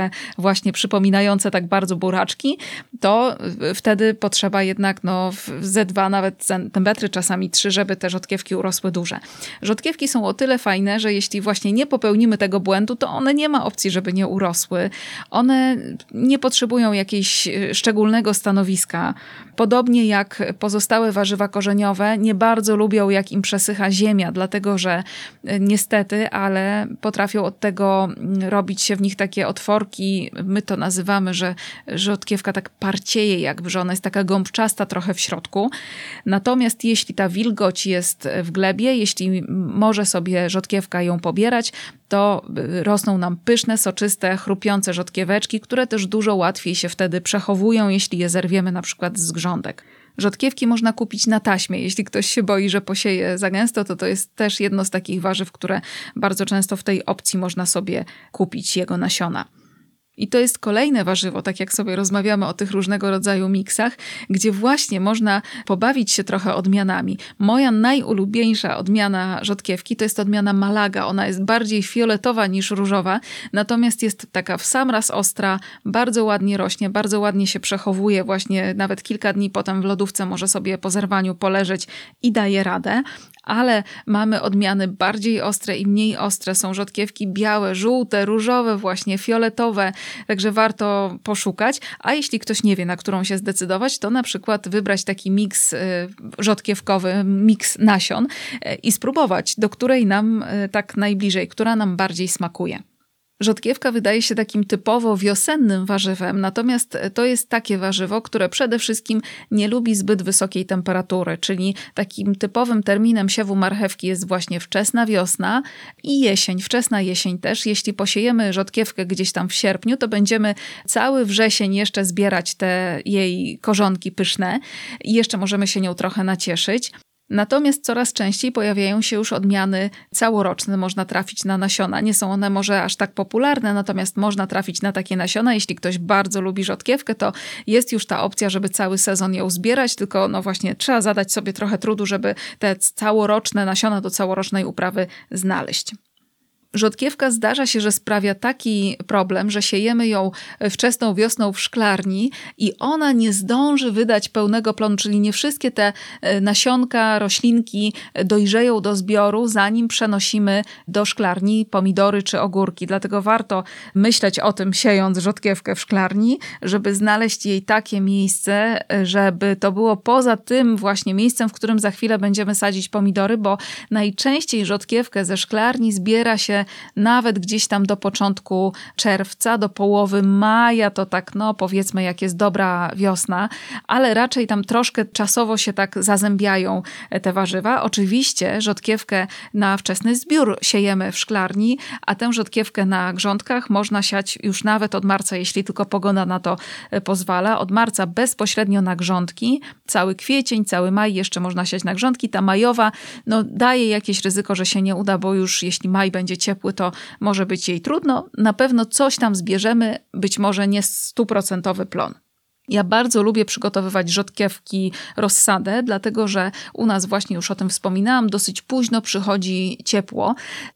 właśnie przypominające tak bardzo buraczki, to wtedy potrzeba jednak no ze dwa nawet centymetry, czasami trzy, żeby te rzodkiewki urosły duże. Rzodkiewki są o tyle fajne, że jeśli właśnie nie popełnimy tego błędu, to one nie ma opcji, żeby nie urosły. One nie potrzebują jakiegoś szczególnego stanowiska. Podobnie jak pozostałe warzywa korzeniowe, nie bardzo lubią, jak im przesycha ziemia, dlatego że niestety, ale potrafią od tego robić się w nich takie otworki. My to nazywamy, że rzodkiewka tak parcieje jakby, że ona jest taka gąbczasta trochę w środku. Natomiast jeśli ta wilgoć jest w glebie, jeśli może sobie rzodkiewka ją pobierać, to rosną nam pyszne, soczyste, chrupiące rzodkieweczki, które też dużo łatwiej się wtedy przechowują, jeśli je zerwiemy na przykład z grządek. Rzodkiewki można kupić na taśmie. Jeśli ktoś się boi, że posieje za gęsto, to to jest też jedno z takich warzyw, które bardzo często w tej opcji można sobie kupić jego nasiona. I to jest kolejne warzywo, tak jak sobie rozmawiamy o tych różnego rodzaju miksach, gdzie właśnie można pobawić się trochę odmianami. Moja najulubieńsza odmiana rzodkiewki to jest odmiana Malaga. Ona jest bardziej fioletowa niż różowa, natomiast jest taka w sam raz ostra, bardzo ładnie rośnie, bardzo ładnie się przechowuje, właśnie nawet kilka dni potem w lodówce może sobie po zerwaniu poleżeć i daje radę. Ale mamy odmiany bardziej ostre i mniej ostre. Są rzodkiewki białe, żółte, różowe, właśnie fioletowe, także warto poszukać. A jeśli ktoś nie wie, na którą się zdecydować, to na przykład wybrać taki miks rzodkiewkowy, miks nasion i spróbować, do której nam tak najbliżej, która nam bardziej smakuje. Rzodkiewka wydaje się takim typowo wiosennym warzywem, natomiast to jest takie warzywo, które przede wszystkim nie lubi zbyt wysokiej temperatury, czyli takim typowym terminem siewu marchewki jest właśnie wczesna wiosna i jesień, wczesna jesień też. Jeśli posiejemy rzodkiewkę gdzieś tam w sierpniu, to będziemy cały wrzesień jeszcze zbierać te jej korzonki pyszne i jeszcze możemy się nią trochę nacieszyć. Natomiast coraz częściej pojawiają się już odmiany całoroczne, można trafić na nasiona. Nie są one może aż tak popularne, natomiast można trafić na takie nasiona. Jeśli ktoś bardzo lubi rzodkiewkę, to jest już ta opcja, żeby cały sezon ją zbierać, tylko no właśnie trzeba zadać sobie trochę trudu, żeby te całoroczne nasiona do całorocznej uprawy znaleźć. Rzodkiewka zdarza się, że sprawia taki problem, że siejemy ją wczesną wiosną w szklarni i ona nie zdąży wydać pełnego plonu, czyli nie wszystkie te nasionka, roślinki dojrzeją do zbioru, zanim przenosimy do szklarni pomidory czy ogórki. Dlatego warto myśleć o tym, siejąc rzodkiewkę w szklarni, żeby znaleźć jej takie miejsce, żeby to było poza tym właśnie miejscem, w którym za chwilę będziemy sadzić pomidory, bo najczęściej rzodkiewkę ze szklarni zbiera się nawet gdzieś tam do początku czerwca, do połowy maja, to tak no powiedzmy jak jest dobra wiosna, ale raczej tam troszkę czasowo się tak zazębiają te warzywa. Oczywiście rzodkiewkę na wczesny zbiór siejemy w szklarni, a tę rzodkiewkę na grządkach można siać już nawet od marca, jeśli tylko pogoda na to pozwala. Od marca bezpośrednio na grządki, cały kwiecień, cały maj jeszcze można siać na grządki. Ta majowa no daje jakieś ryzyko, że się nie uda, bo już jeśli maj będzie ciepły, to może być jej trudno. Na pewno coś tam zbierzemy, być może nie stuprocentowy plon. Ja bardzo lubię przygotowywać rzodkiewki rozsadę, dlatego że u nas właśnie już o tym wspominałam, dosyć późno przychodzi ciepło.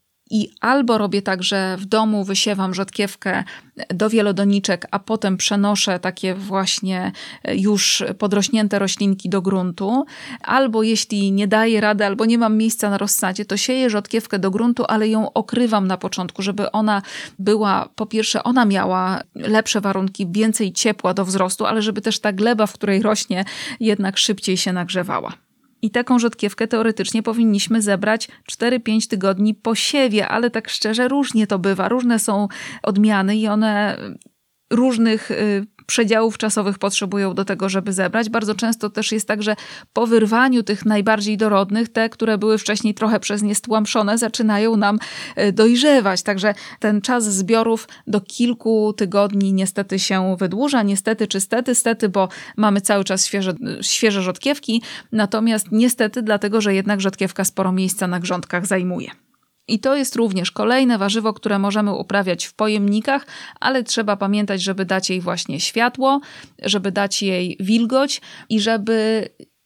I albo robię tak, że w domu wysiewam rzodkiewkę do wielodoniczek, a potem przenoszę takie właśnie już podrośnięte roślinki do gruntu, albo jeśli nie daję rady, albo nie mam miejsca na rozsadzie, to sieję rzodkiewkę do gruntu, ale ją okrywam na początku, żeby ona była, po pierwsze ona miała lepsze warunki, więcej ciepła do wzrostu, ale żeby też ta gleba, w której rośnie, jednak szybciej się nagrzewała. I taką rzodkiewkę teoretycznie powinniśmy zebrać cztery pięć tygodni po siewie, ale tak szczerze różnie to bywa. Różne są odmiany i one różnych przedziałów czasowych potrzebują do tego, żeby zebrać. Bardzo często też jest tak, że po wyrwaniu tych najbardziej dorodnych, te, które były wcześniej trochę przez nie stłamszone, zaczynają nam dojrzewać. Także ten czas zbiorów do kilku tygodni niestety się wydłuża. Niestety czy stety, stety, bo mamy cały czas świeże, świeże rzodkiewki. Natomiast niestety dlatego, że jednak rzodkiewka sporo miejsca na grządkach zajmuje. I to jest również kolejne warzywo, które możemy uprawiać w pojemnikach, ale trzeba pamiętać, żeby dać jej właśnie światło, żeby dać jej wilgoć i żeby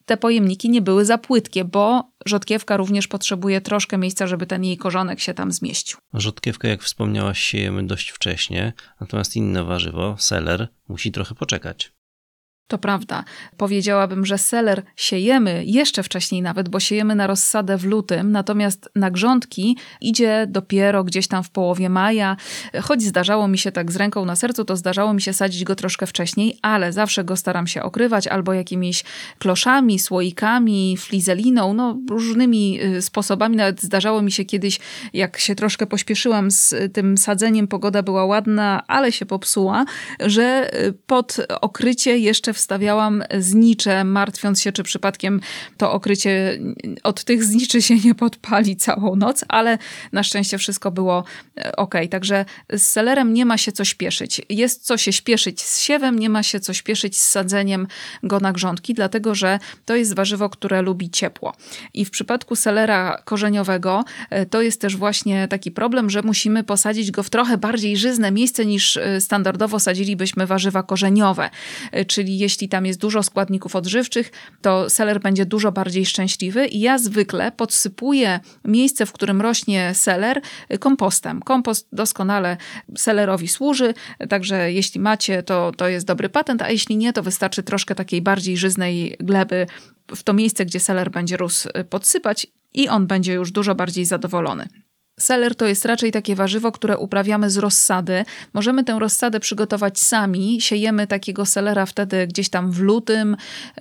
te pojemniki nie były za płytkie, bo rzodkiewka również potrzebuje troszkę miejsca, żeby ten jej korzonek się tam zmieścił. Rzodkiewkę, jak wspomniałaś, siejemy dość wcześnie, natomiast inne warzywo, seler, musi trochę poczekać. To prawda. Powiedziałabym, że seler siejemy jeszcze wcześniej nawet, bo siejemy na rozsadę w lutym, natomiast na grządki idzie dopiero gdzieś tam w połowie maja. Choć zdarzało mi się tak z ręką na sercu, to zdarzało mi się sadzić go troszkę wcześniej, ale zawsze go staram się okrywać albo jakimiś kloszami, słoikami, flizeliną, no różnymi sposobami. Nawet zdarzało mi się kiedyś, jak się troszkę pośpieszyłam z tym sadzeniem, pogoda była ładna, ale się popsuła, że pod okrycie jeszcze wstawiałam znicze, martwiąc się, czy przypadkiem to okrycie od tych zniczy się nie podpali całą noc, ale na szczęście wszystko było ok. Także z selerem nie ma się co śpieszyć. Jest co się śpieszyć z siewem, nie ma się co śpieszyć z sadzeniem go na grządki, dlatego że to jest warzywo, które lubi ciepło. I w przypadku selera korzeniowego to jest też właśnie taki problem, że musimy posadzić go w trochę bardziej żyzne miejsce niż standardowo sadzilibyśmy warzywa korzeniowe. Czyli jeśli tam jest dużo składników odżywczych, to seler będzie dużo bardziej szczęśliwy i ja zwykle podsypuję miejsce, w którym rośnie seler, kompostem. Kompost doskonale selerowi służy, także jeśli macie, to, to jest dobry patent, a jeśli nie, to wystarczy troszkę takiej bardziej żyznej gleby w to miejsce, gdzie seler będzie rósł, podsypać i on będzie już dużo bardziej zadowolony. Seler to jest raczej takie warzywo, które uprawiamy z rozsady. Możemy tę rozsadę przygotować sami. Siejemy takiego selera wtedy gdzieś tam w lutym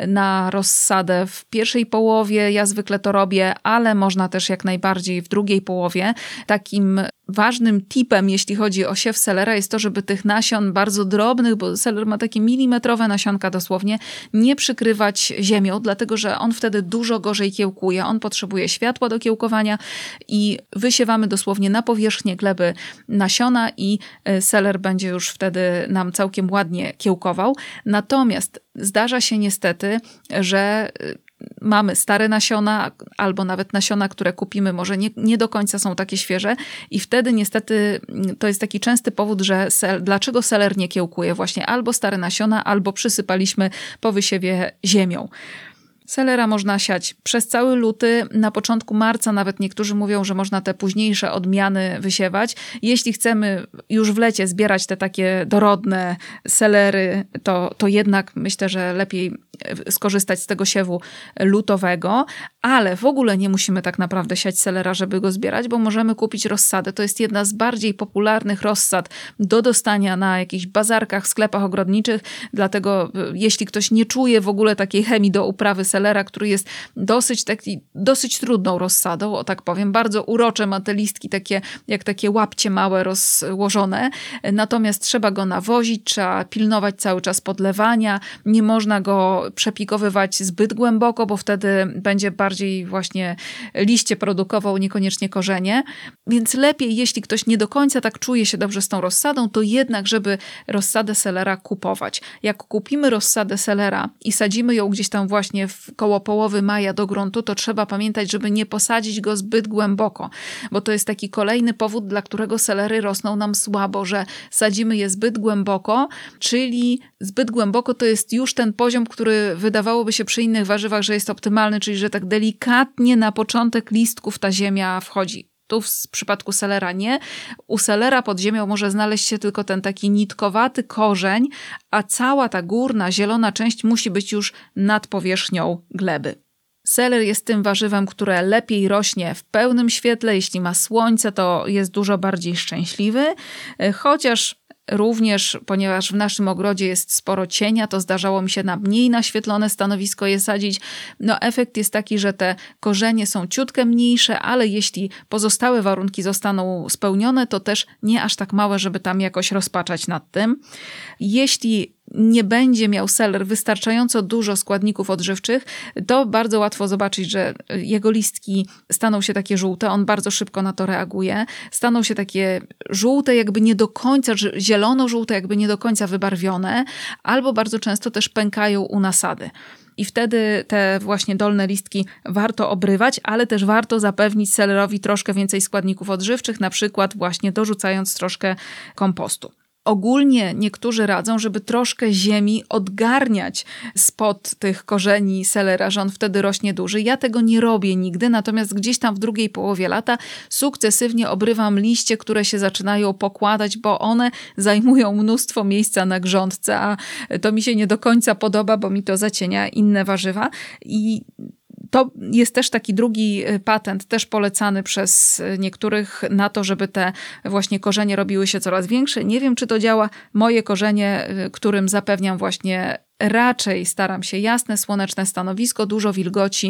na rozsadę w pierwszej połowie. Ja zwykle to robię, ale można też jak najbardziej w drugiej połowie. Takim ważnym tipem, jeśli chodzi o siew selera, jest to, żeby tych nasion bardzo drobnych, bo seler ma takie milimetrowe nasionka dosłownie, nie przykrywać ziemią, dlatego że on wtedy dużo gorzej kiełkuje. On potrzebuje światła do kiełkowania i wysiewamy dosłownie na powierzchnię gleby nasiona i seler będzie już wtedy nam całkiem ładnie kiełkował. Natomiast zdarza się niestety, że mamy stare nasiona albo nawet nasiona, które kupimy, może nie, nie do końca są takie świeże i wtedy niestety to jest taki częsty powód, że sel, dlaczego seler nie kiełkuje? Właśnie albo stare nasiona, albo przysypaliśmy po wysiewie ziemią. Selera można siać przez cały luty, na początku marca nawet niektórzy mówią, że można te późniejsze odmiany wysiewać. Jeśli chcemy już w lecie zbierać te takie dorodne selery, to, to jednak myślę, że lepiej skorzystać z tego siewu lutowego, ale w ogóle nie musimy tak naprawdę siać selera, żeby go zbierać, bo możemy kupić rozsadę. To jest jedna z bardziej popularnych rossad do dostania na jakichś bazarkach, sklepach ogrodniczych, dlatego jeśli ktoś nie czuje w ogóle takiej chemii do uprawy selera, który jest dosyć, taki, dosyć trudną rozsadą, o tak powiem, bardzo urocze, ma te listki takie, jak takie łapcie małe rozłożone, natomiast trzeba go nawozić, trzeba pilnować cały czas podlewania, nie można go przepikowywać zbyt głęboko, bo wtedy będzie bardziej właśnie liście produkował, niekoniecznie korzenie. Więc lepiej, jeśli ktoś nie do końca tak czuje się dobrze z tą rozsadą, to jednak, żeby rozsadę selera kupować. Jak kupimy rozsadę selera i sadzimy ją gdzieś tam właśnie w koło połowy maja do gruntu, to trzeba pamiętać, żeby nie posadzić go zbyt głęboko, bo to jest taki kolejny powód, dla którego selery rosną nam słabo, że sadzimy je zbyt głęboko, czyli zbyt głęboko to jest już ten poziom, który wydawałoby się przy innych warzywach, że jest optymalny, czyli że tak delikatnie na początek listków ta ziemia wchodzi. Tu w przypadku selera nie. U selera pod ziemią może znaleźć się tylko ten taki nitkowaty korzeń, a cała ta górna, zielona część musi być już nad powierzchnią gleby. Seler jest tym warzywem, które lepiej rośnie w pełnym świetle. Jeśli ma słońce, to jest dużo bardziej szczęśliwy, chociaż również, ponieważ w naszym ogrodzie jest sporo cienia, to zdarzało mi się na mniej naświetlone stanowisko je sadzić. No efekt jest taki, że te korzenie są ciutkę mniejsze, ale jeśli pozostałe warunki zostaną spełnione, to też nie aż tak małe, żeby tam jakoś rozpaczać nad tym. Jeśli nie będzie miał seler wystarczająco dużo składników odżywczych, to bardzo łatwo zobaczyć, że jego listki staną się takie żółte, on bardzo szybko na to reaguje, staną się takie żółte, jakby nie do końca, zielono-żółte, jakby nie do końca wybarwione, albo bardzo często też pękają u nasady. I wtedy te właśnie dolne listki warto obrywać, ale też warto zapewnić selerowi troszkę więcej składników odżywczych, na przykład właśnie dorzucając troszkę kompostu. Ogólnie niektórzy radzą, żeby troszkę ziemi odgarniać spod tych korzeni selera, że on wtedy rośnie duży. Ja tego nie robię nigdy, natomiast gdzieś tam w drugiej połowie lata sukcesywnie obrywam liście, które się zaczynają pokładać, bo one zajmują mnóstwo miejsca na grządce, a to mi się nie do końca podoba, bo mi to zacienia inne warzywa. I to jest też taki drugi patent, też polecany przez niektórych na to, żeby te właśnie korzenie robiły się coraz większe. Nie wiem, czy to działa. Moje korzenie, którym zapewniam właśnie raczej staram się jasne, słoneczne stanowisko, dużo wilgoci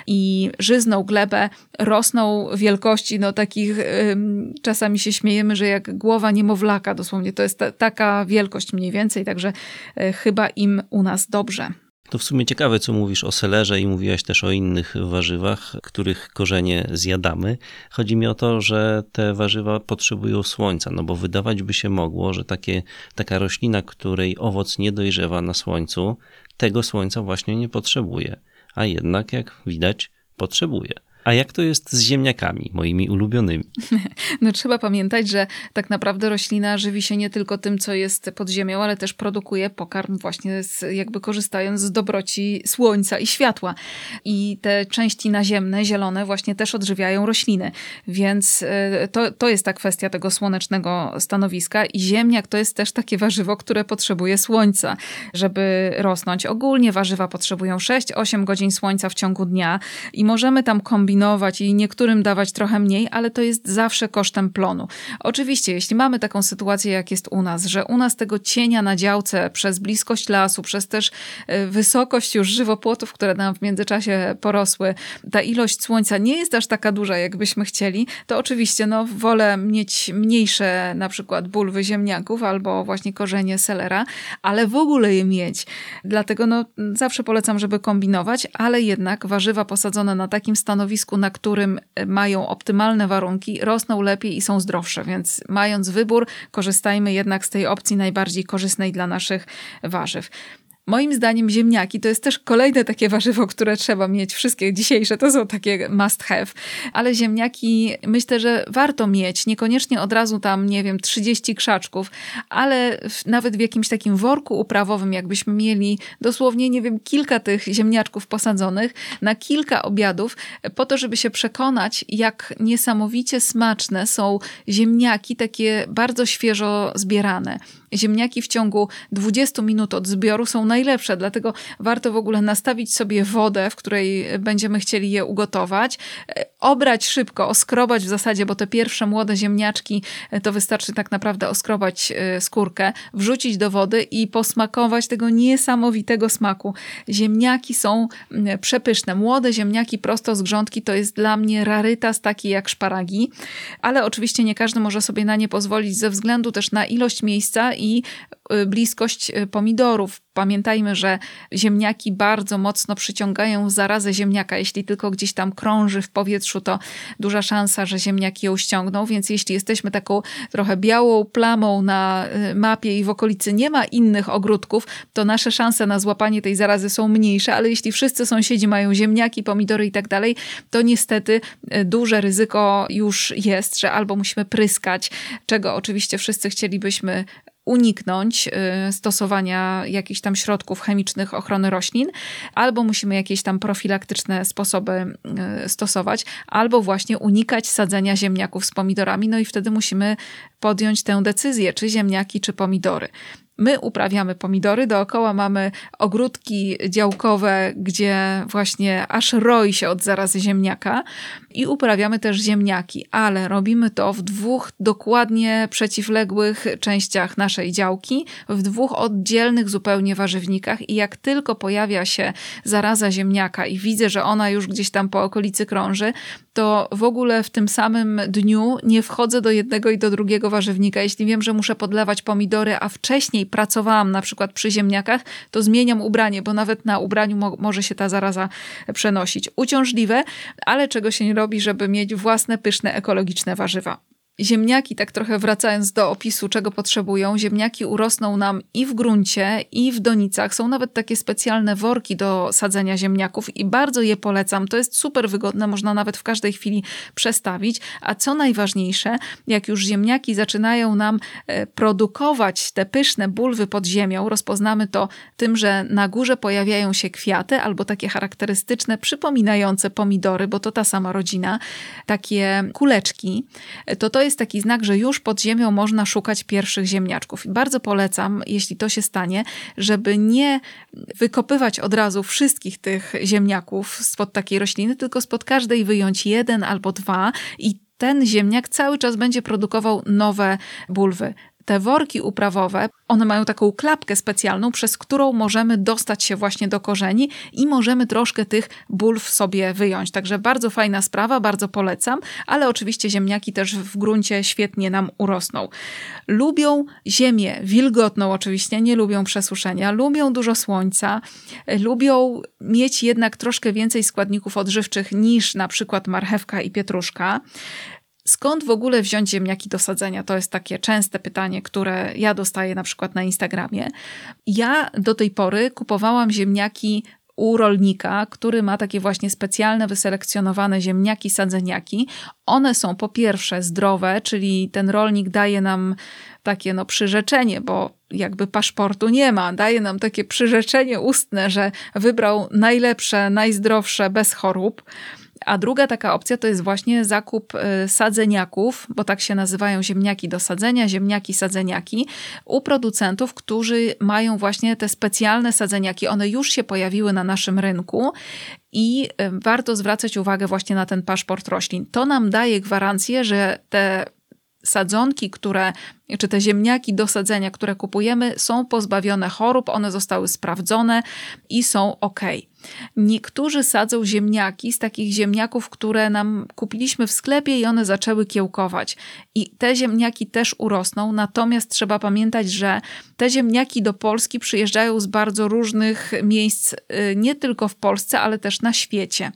i żyzną glebę, rosną wielkości, no takich, ym, czasami się śmiejemy, że jak głowa niemowlaka, dosłownie to jest ta, taka wielkość mniej więcej, także y, chyba im u nas dobrze. To w sumie ciekawe, co mówisz o selerze i mówiłaś też o innych warzywach, których korzenie zjadamy. Chodzi mi o to, że te warzywa potrzebują słońca, no bo wydawać by się mogło, że takie, taka roślina, której owoc nie dojrzewa na słońcu, tego słońca właśnie nie potrzebuje, a jednak, jak widać, potrzebuje. A jak to jest z ziemniakami, moimi ulubionymi? No trzeba pamiętać, że tak naprawdę roślina żywi się nie tylko tym, co jest pod ziemią, ale też produkuje pokarm właśnie z, jakby korzystając z dobroci słońca i światła. I te części naziemne, zielone właśnie też odżywiają rośliny. Więc to, to jest ta kwestia tego słonecznego stanowiska i ziemniak to jest też takie warzywo, które potrzebuje słońca, żeby rosnąć. Ogólnie warzywa potrzebują sześć osiem godzin słońca w ciągu dnia i możemy tam kombinować i niektórym dawać trochę mniej, ale to jest zawsze kosztem plonu. Oczywiście, jeśli mamy taką sytuację, jak jest u nas, że u nas tego cienia na działce przez bliskość lasu, przez też wysokość już żywopłotów, które nam w międzyczasie porosły, ta ilość słońca nie jest aż taka duża, jakbyśmy chcieli, to oczywiście no, wolę mieć mniejsze na przykład bulwy ziemniaków albo właśnie korzenie selera, ale w ogóle je mieć. Dlatego no, zawsze polecam, żeby kombinować, ale jednak warzywa posadzone na takim stanowisku, na którym mają optymalne warunki, rosną lepiej i są zdrowsze, więc mając wybór, korzystajmy jednak z tej opcji najbardziej korzystnej dla naszych warzyw. Moim zdaniem ziemniaki to jest też kolejne takie warzywo, które trzeba mieć. Wszystkie dzisiejsze to są takie must have. Ale ziemniaki myślę, że warto mieć. Niekoniecznie od razu tam, nie wiem, trzydzieści krzaczków, ale w, nawet w jakimś takim worku uprawowym, jakbyśmy mieli dosłownie, nie wiem, kilka tych ziemniaczków posadzonych na kilka obiadów, po to, żeby się przekonać, jak niesamowicie smaczne są ziemniaki takie bardzo świeżo zbierane. Ziemniaki w ciągu dwudziestu minut od zbioru są najlepsze, dlatego warto w ogóle nastawić sobie wodę, w której będziemy chcieli je ugotować, obrać szybko, oskrobać w zasadzie, bo te pierwsze młode ziemniaczki to wystarczy tak naprawdę oskrobać skórkę, wrzucić do wody i posmakować tego niesamowitego smaku. Ziemniaki są przepyszne. Młode ziemniaki prosto z grządki to jest dla mnie rarytas taki jak szparagi, ale oczywiście nie każdy może sobie na nie pozwolić ze względu też na ilość miejsca i bliskość pomidorów. Pamiętajmy, że ziemniaki bardzo mocno przyciągają zarazę ziemniaka. Jeśli tylko gdzieś tam krąży w powietrzu, to duża szansa, że ziemniaki ją ściągną, więc jeśli jesteśmy taką trochę białą plamą na mapie i w okolicy nie ma innych ogródków, to nasze szanse na złapanie tej zarazy są mniejsze, ale jeśli wszyscy sąsiedzi mają ziemniaki, pomidory i tak dalej, to niestety duże ryzyko już jest, że albo musimy pryskać, czego oczywiście wszyscy chcielibyśmy uniknąć stosowania jakichś tam środków chemicznych ochrony roślin, albo musimy jakieś tam profilaktyczne sposoby stosować, albo właśnie unikać sadzenia ziemniaków z pomidorami, no i wtedy musimy podjąć tę decyzję, czy ziemniaki, czy pomidory. My uprawiamy pomidory, dookoła mamy ogródki działkowe, gdzie właśnie aż roi się od zarazy ziemniaka i uprawiamy też ziemniaki, ale robimy to w dwóch dokładnie przeciwległych częściach naszej działki, w dwóch oddzielnych zupełnie warzywnikach i jak tylko pojawia się zaraza ziemniaka i widzę, że ona już gdzieś tam po okolicy krąży, to w ogóle w tym samym dniu nie wchodzę do jednego i do drugiego warzywnika. Jeśli wiem, że muszę podlewać pomidory, a wcześniej pracowałam na przykład przy ziemniakach, to zmieniam ubranie, bo nawet na ubraniu mo- może się ta zaraza przenosić. Uciążliwe, ale czego się nie robi, żeby mieć własne, pyszne, ekologiczne warzywa. Ziemniaki, tak trochę wracając do opisu, czego potrzebują, ziemniaki urosną nam i w gruncie, i w donicach. Są nawet takie specjalne worki do sadzenia ziemniaków i bardzo je polecam. To jest super wygodne, można nawet w każdej chwili przestawić. A co najważniejsze, jak już ziemniaki zaczynają nam produkować te pyszne bulwy pod ziemią, rozpoznamy to tym, że na górze pojawiają się kwiaty albo takie charakterystyczne, przypominające pomidory, bo to ta sama rodzina, takie kuleczki, to to jest taki znak, że już pod ziemią można szukać pierwszych ziemniaczków. I bardzo polecam, jeśli to się stanie, żeby nie wykopywać od razu wszystkich tych ziemniaków spod takiej rośliny, tylko spod każdej wyjąć jeden albo dwa i ten ziemniak cały czas będzie produkował nowe bulwy. Te worki uprawowe, one mają taką klapkę specjalną, przez którą możemy dostać się właśnie do korzeni i możemy troszkę tych bulw sobie wyjąć. Także bardzo fajna sprawa, bardzo polecam, ale oczywiście ziemniaki też w gruncie świetnie nam urosną. Lubią ziemię wilgotną oczywiście, nie lubią przesuszenia, lubią dużo słońca, lubią mieć jednak troszkę więcej składników odżywczych niż na przykład marchewka i pietruszka. Skąd w ogóle wziąć ziemniaki do sadzenia? To jest takie częste pytanie, które ja dostaję na przykład na Instagramie. Ja do tej pory kupowałam ziemniaki u rolnika, który ma takie właśnie specjalne, wyselekcjonowane ziemniaki, sadzeniaki. One są po pierwsze zdrowe, czyli ten rolnik daje nam takie no przyrzeczenie, bo jakby paszportu nie ma. Daje nam takie przyrzeczenie ustne, że wybrał najlepsze, najzdrowsze, bez chorób. A druga taka opcja to jest właśnie zakup sadzeniaków, bo tak się nazywają ziemniaki do sadzenia, ziemniaki sadzeniaki, u producentów, którzy mają właśnie te specjalne sadzeniaki. One już się pojawiły na naszym rynku i warto zwracać uwagę właśnie na ten paszport roślin. To nam daje gwarancję, że te sadzonki, które, czy te ziemniaki do sadzenia, które kupujemy, są pozbawione chorób, one zostały sprawdzone i są ok. Niektórzy sadzą ziemniaki z takich ziemniaków, które nam kupiliśmy w sklepie i one zaczęły kiełkować. I te ziemniaki też urosną, natomiast trzeba pamiętać, że te ziemniaki do Polski przyjeżdżają z bardzo różnych miejsc, nie tylko w Polsce, ale też na świecie.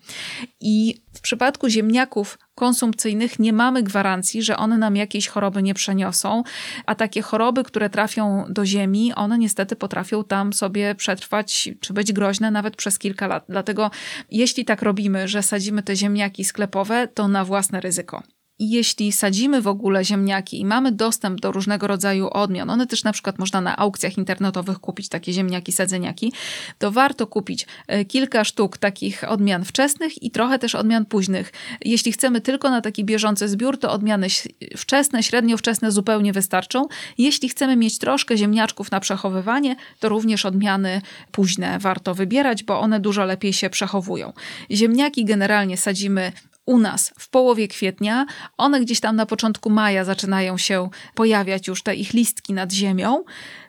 I w przypadku ziemniaków konsumpcyjnych nie mamy gwarancji, że one nam jakieś choroby nie przeniosą, a takie choroby, które trafią do ziemi, one niestety potrafią tam sobie przetrwać, czy być groźne nawet przez kilka lat. Dlatego jeśli tak robimy, że sadzimy te ziemniaki sklepowe, to na własne ryzyko. I jeśli sadzimy w ogóle ziemniaki i mamy dostęp do różnego rodzaju odmian, one też na przykład można na aukcjach internetowych kupić takie ziemniaki, sadzeniaki, to warto kupić kilka sztuk takich odmian wczesnych i trochę też odmian późnych. Jeśli chcemy tylko na taki bieżący zbiór, to odmiany wczesne, średnio wczesne zupełnie wystarczą. Jeśli chcemy mieć troszkę ziemniaczków na przechowywanie, to również odmiany późne warto wybierać, bo one dużo lepiej się przechowują. Ziemniaki generalnie sadzimy u nas w połowie kwietnia, one gdzieś tam na początku maja zaczynają się pojawiać już te ich listki nad ziemią.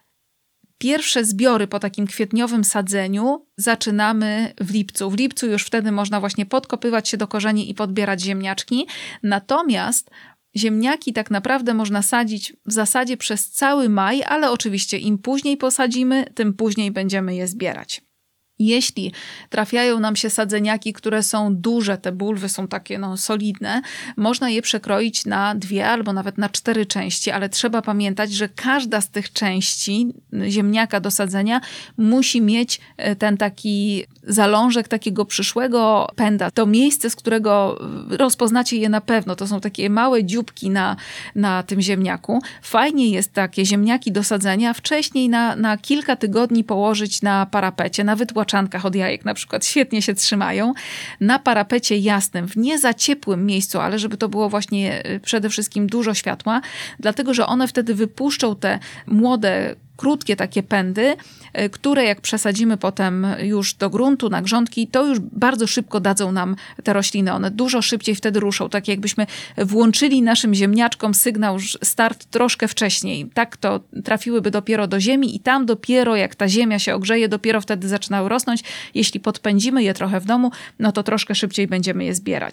Pierwsze zbiory po takim kwietniowym sadzeniu zaczynamy w lipcu. W lipcu już wtedy można właśnie podkopywać się do korzeni i podbierać ziemniaczki. Natomiast ziemniaki tak naprawdę można sadzić w zasadzie przez cały maj, ale oczywiście im później posadzimy, tym później będziemy je zbierać. Jeśli trafiają nam się sadzeniaki, które są duże, te bulwy są takie no, solidne, można je przekroić na dwie albo nawet na cztery części, ale trzeba pamiętać, że każda z tych części ziemniaka do sadzenia musi mieć ten taki zalążek takiego przyszłego pęda. To miejsce, z którego rozpoznacie je na pewno, to są takie małe dzióbki na, na tym ziemniaku. Fajnie jest takie ziemniaki do sadzenia wcześniej na, na kilka tygodni położyć na parapecie, na wytłaczankach od jajek na przykład. Świetnie się trzymają. Na parapecie jasnym, w nie za ciepłym miejscu, ale żeby to było właśnie przede wszystkim dużo światła, dlatego że one wtedy wypuszczą te młode, krótkie takie pędy, które jak przesadzimy potem już do gruntu, na grządki, to już bardzo szybko dadzą nam te rośliny. One dużo szybciej wtedy ruszą. Tak jakbyśmy włączyli naszym ziemniaczkom sygnał start troszkę wcześniej. Tak to trafiłyby dopiero do ziemi i tam dopiero jak ta ziemia się ogrzeje, dopiero wtedy zaczynały rosnąć. Jeśli podpędzimy je trochę w domu, no to troszkę szybciej będziemy je zbierać.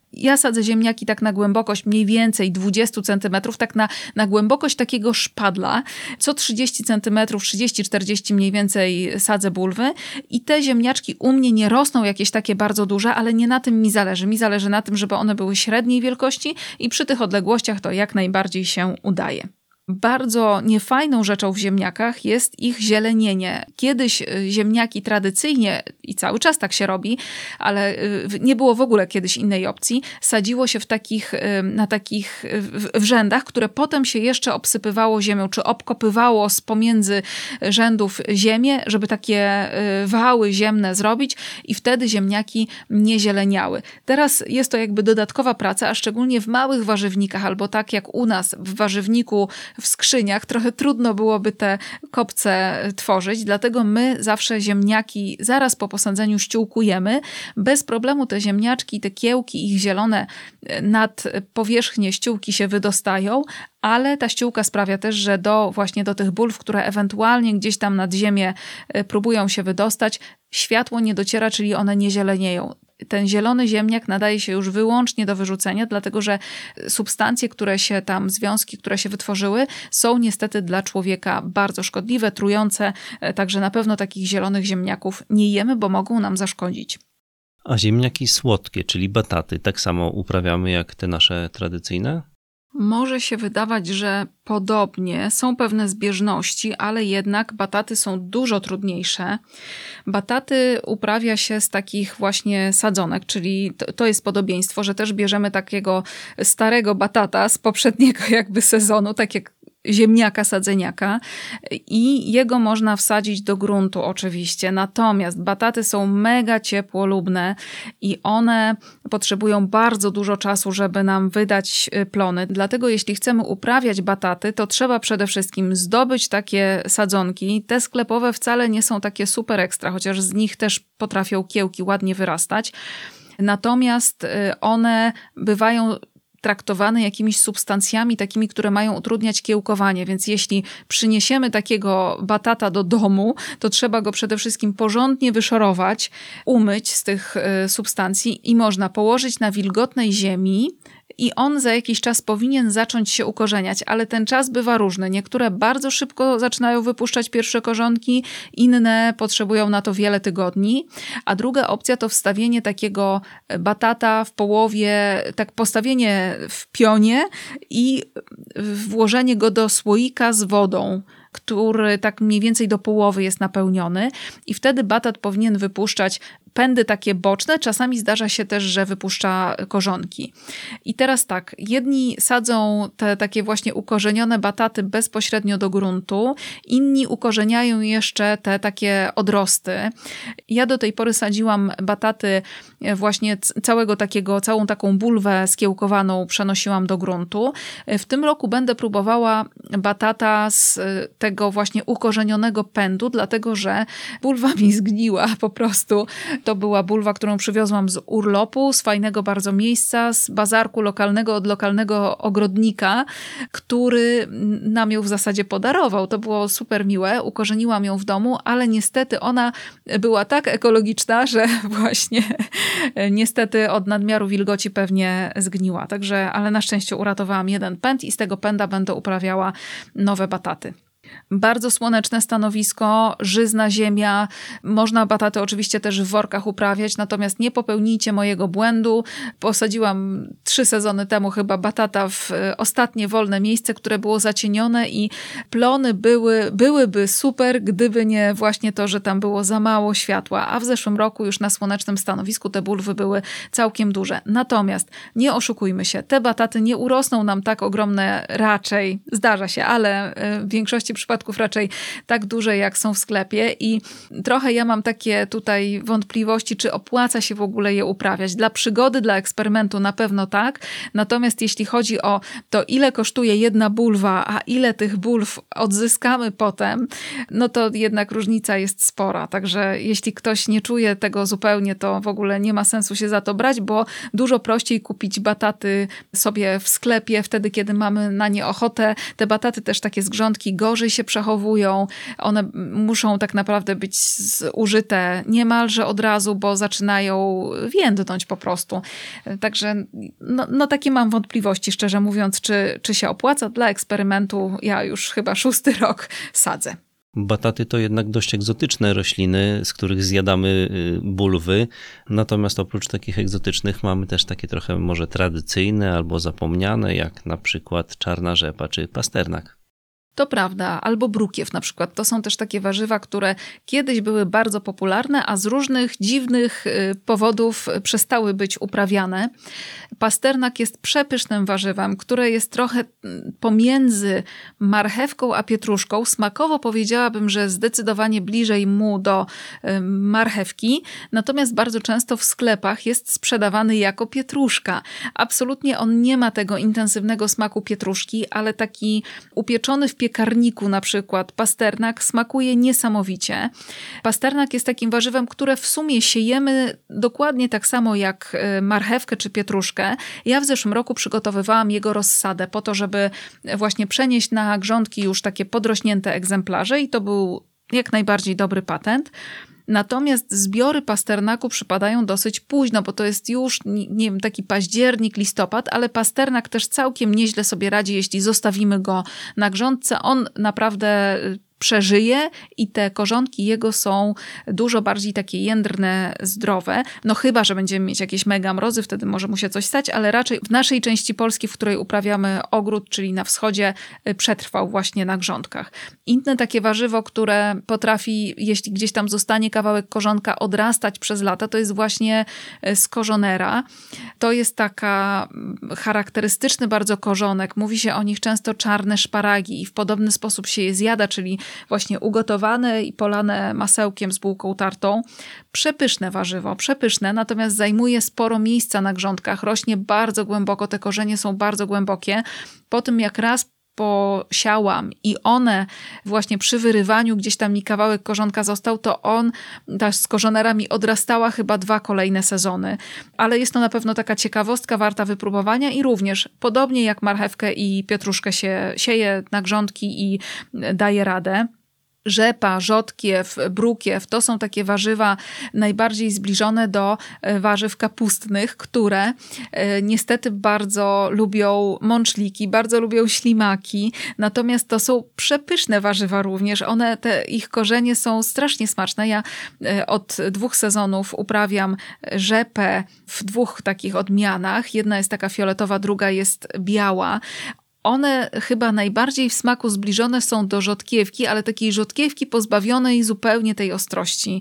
Ja sadzę ziemniaki tak na głębokość mniej więcej dwadzieścia centymetrów, tak na, na głębokość takiego szpadla. Co trzydzieści centymetrów, trzydzieści czterdzieści mniej więcej sadzę bulwy i te ziemniaczki u mnie nie rosną jakieś takie bardzo duże, ale nie na tym mi zależy. Mi zależy na tym, żeby one były średniej wielkości i przy tych odległościach to jak najbardziej się udaje. Bardzo niefajną rzeczą w ziemniakach jest ich zielenienie. Kiedyś ziemniaki tradycyjnie, i cały czas tak się robi, ale nie było w ogóle kiedyś innej opcji, sadziło się w takich, na takich w rzędach, które potem się jeszcze obsypywało ziemią, czy obkopywało z pomiędzy rzędów ziemię, żeby takie wały ziemne zrobić i wtedy ziemniaki nie zieleniały. Teraz jest to jakby dodatkowa praca, a szczególnie w małych warzywnikach, albo tak jak u nas w warzywniku w skrzyniach, trochę trudno byłoby te kopce tworzyć, dlatego my zawsze ziemniaki zaraz po posadzeniu ściółkujemy. Bez problemu te ziemniaczki, te kiełki, ich zielone nad powierzchnię ściółki się wydostają, ale ta ściółka sprawia też, że do właśnie do tych bulw, które ewentualnie gdzieś tam nad ziemię próbują się wydostać, światło nie dociera, czyli one nie zielenieją. Ten zielony ziemniak nadaje się już wyłącznie do wyrzucenia, dlatego że substancje, które się tam, związki, które się wytworzyły, są niestety dla człowieka bardzo szkodliwe, trujące, także na pewno takich zielonych ziemniaków nie jemy, bo mogą nam zaszkodzić. A ziemniaki słodkie, czyli bataty, tak samo uprawiamy jak te nasze tradycyjne? Może się wydawać, że podobnie, są pewne zbieżności, ale jednak bataty są dużo trudniejsze. Bataty uprawia się z takich właśnie sadzonek, czyli to, to jest podobieństwo, że też bierzemy takiego starego batata z poprzedniego jakby sezonu, tak jak ziemniaka, sadzeniaka i jego można wsadzić do gruntu oczywiście. Natomiast bataty są mega ciepłolubne i one potrzebują bardzo dużo czasu, żeby nam wydać plony. Dlatego jeśli chcemy uprawiać bataty, to trzeba przede wszystkim zdobyć takie sadzonki. Te sklepowe wcale nie są takie super ekstra, chociaż z nich też potrafią kiełki ładnie wyrastać. Natomiast one bywają traktowane jakimiś substancjami takimi, które mają utrudniać kiełkowanie, więc jeśli przyniesiemy takiego batata do domu, to trzeba go przede wszystkim porządnie wyszorować, umyć z tych substancji i można położyć na wilgotnej ziemi i on za jakiś czas powinien zacząć się ukorzeniać, ale ten czas bywa różny. Niektóre bardzo szybko zaczynają wypuszczać pierwsze korzonki, inne potrzebują na to wiele tygodni, a druga opcja to wstawienie takiego batata w połowie, tak postawienie w pionie i włożenie go do słoika z wodą, który tak mniej więcej do połowy jest napełniony i wtedy batat powinien wypuszczać pędy takie boczne, czasami zdarza się też, że wypuszcza korzonki. I teraz tak, jedni sadzą te takie właśnie ukorzenione bataty bezpośrednio do gruntu, inni ukorzeniają jeszcze te takie odrosty. Ja do tej pory sadziłam bataty właśnie całego takiego, całą taką bulwę skiełkowaną przenosiłam do gruntu. W tym roku będę próbowała batata z tego właśnie ukorzenionego pędu, dlatego że bulwa mi zgniła po prostu. To była bulwa, którą przywiozłam z urlopu, z fajnego bardzo miejsca, z bazarku lokalnego, od lokalnego ogrodnika, który nam ją w zasadzie podarował. To było super miłe. Ukorzeniłam ją w domu, ale niestety ona była tak ekologiczna, że właśnie niestety od nadmiaru wilgoci pewnie zgniła. Także, ale na szczęście uratowałam jeden pęd i z tego pęda będę uprawiała nowe bataty. Bardzo słoneczne stanowisko, żyzna ziemia. Można bataty oczywiście też w workach uprawiać, natomiast nie popełnijcie mojego błędu. Posadziłam trzy sezony temu chyba batata w ostatnie wolne miejsce, które było zacienione i plony były, byłyby super, gdyby nie właśnie to, że tam było za mało światła, a w zeszłym roku już na słonecznym stanowisku te bulwy były całkiem duże. Natomiast nie oszukujmy się, te bataty nie urosną nam tak ogromne raczej, zdarza się, ale w większości przypadków raczej tak duże, jak są w sklepie i trochę ja mam takie tutaj wątpliwości, czy opłaca się w ogóle je uprawiać. Dla przygody, dla eksperymentu na pewno tak, natomiast jeśli chodzi o to, ile kosztuje jedna bulwa, a ile tych bulw odzyskamy potem, no to jednak różnica jest spora, także jeśli ktoś nie czuje tego zupełnie, to w ogóle nie ma sensu się za to brać, bo dużo prościej kupić bataty sobie w sklepie, wtedy kiedy mamy na nie ochotę. Te bataty też takie z grządki gorzej dłużej się przechowują. One muszą tak naprawdę być użyte niemalże od razu, bo zaczynają więdnąć po prostu. Także no, no takie mam wątpliwości, szczerze mówiąc, czy, czy się opłaca. Dla eksperymentu ja już chyba szósty rok sadzę. Bataty to jednak dość egzotyczne rośliny, z których zjadamy bulwy, natomiast oprócz takich egzotycznych mamy też takie trochę może tradycyjne albo zapomniane, jak na przykład czarna rzepa czy pasternak. To prawda, albo brukiew na przykład. To są też takie warzywa, które kiedyś były bardzo popularne, a z różnych dziwnych powodów przestały być uprawiane. Pasternak jest przepysznym warzywem, które jest trochę pomiędzy marchewką a pietruszką. Smakowo powiedziałabym, że zdecydowanie bliżej mu do marchewki, natomiast bardzo często w sklepach jest sprzedawany jako pietruszka. Absolutnie on nie ma tego intensywnego smaku pietruszki, ale taki upieczony w piekarniku na przykład pasternak smakuje niesamowicie. Pasternak jest takim warzywem, które w sumie siejemy dokładnie tak samo jak marchewkę czy pietruszkę. Ja w zeszłym roku przygotowywałam jego rozsadę po to, żeby właśnie przenieść na grządki już takie podrośnięte egzemplarze i to był jak najbardziej dobry patent. Natomiast zbiory pasternaku przypadają dosyć późno, bo to jest już, nie wiem, taki październik, listopad, ale pasternak też całkiem nieźle sobie radzi, jeśli zostawimy go na grządce. On naprawdę przeżyje i te korzonki jego są dużo bardziej takie jędrne, zdrowe. No chyba, że będziemy mieć jakieś mega mrozy, wtedy może mu się coś stać, ale raczej w naszej części Polski, w której uprawiamy ogród, czyli na wschodzie, przetrwał właśnie na grządkach. Inne takie warzywo, które potrafi, jeśli gdzieś tam zostanie kawałek korzonka, odrastać przez lata, to jest właśnie skorzonera. To jest taka charakterystyczny bardzo korzonek. Mówi się o nich często czarne szparagi i w podobny sposób się je zjada, czyli właśnie ugotowane i polane masełkiem z bułką tartą. Przepyszne warzywo, przepyszne, natomiast zajmuje sporo miejsca na grządkach. Rośnie bardzo głęboko, te korzenie są bardzo głębokie. Po tym jak raz posiałam i one właśnie przy wyrywaniu gdzieś tam mi kawałek korzonka został, to on, ta skorzonera mi odrastała chyba dwa kolejne sezony. Ale jest to na pewno taka ciekawostka warta wypróbowania i również podobnie jak marchewkę i pietruszkę się sieje na grządki i daje radę. Rzepa, rzodkiew, brukiew to są takie warzywa najbardziej zbliżone do warzyw kapustnych, które niestety bardzo lubią mączliki, bardzo lubią ślimaki, natomiast to są przepyszne warzywa również. One, te ich korzenie są strasznie smaczne. Ja od dwóch sezonów uprawiam rzepę w dwóch takich odmianach. Jedna jest taka fioletowa, druga jest biała. One chyba najbardziej w smaku zbliżone są do rzodkiewki, ale takiej rzodkiewki pozbawionej zupełnie tej ostrości.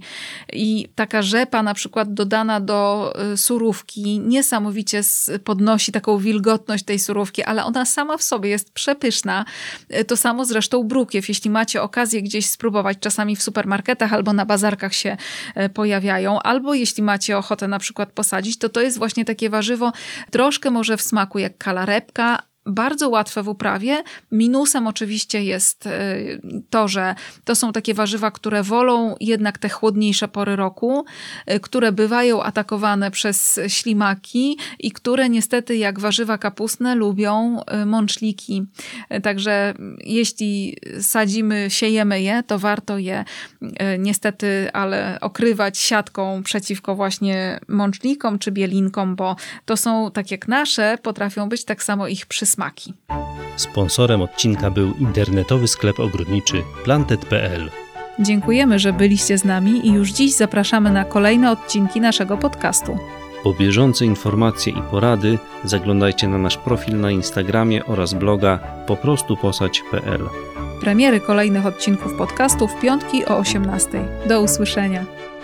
I taka rzepa na przykład dodana do surówki niesamowicie podnosi taką wilgotność tej surówki, ale ona sama w sobie jest przepyszna. To samo zresztą brukiew. Jeśli macie okazję gdzieś spróbować, czasami w supermarketach albo na bazarkach się pojawiają, albo jeśli macie ochotę na przykład posadzić, to to jest właśnie takie warzywo troszkę może w smaku jak kalarepka, bardzo łatwe w uprawie. Minusem oczywiście jest to, że to są takie warzywa, które wolą jednak te chłodniejsze pory roku, które bywają atakowane przez ślimaki i które niestety jak warzywa kapustne lubią mączliki. Także jeśli sadzimy, siejemy je, to warto je niestety, ale okrywać siatką przeciwko właśnie mączlikom czy bielinkom, bo to są, tak jak nasze, potrafią być tak samo ich przysmaki. Sponsorem odcinka był internetowy sklep ogrodniczy planted kropka p l. Dziękujemy, że byliście z nami i już dziś zapraszamy na kolejne odcinki naszego podcastu. Po bieżące informacje i porady zaglądajcie na nasz profil na Instagramie oraz bloga poprostuposać kropka p l. Premiery kolejnych odcinków podcastu w piątki o osiemnastej. Do usłyszenia.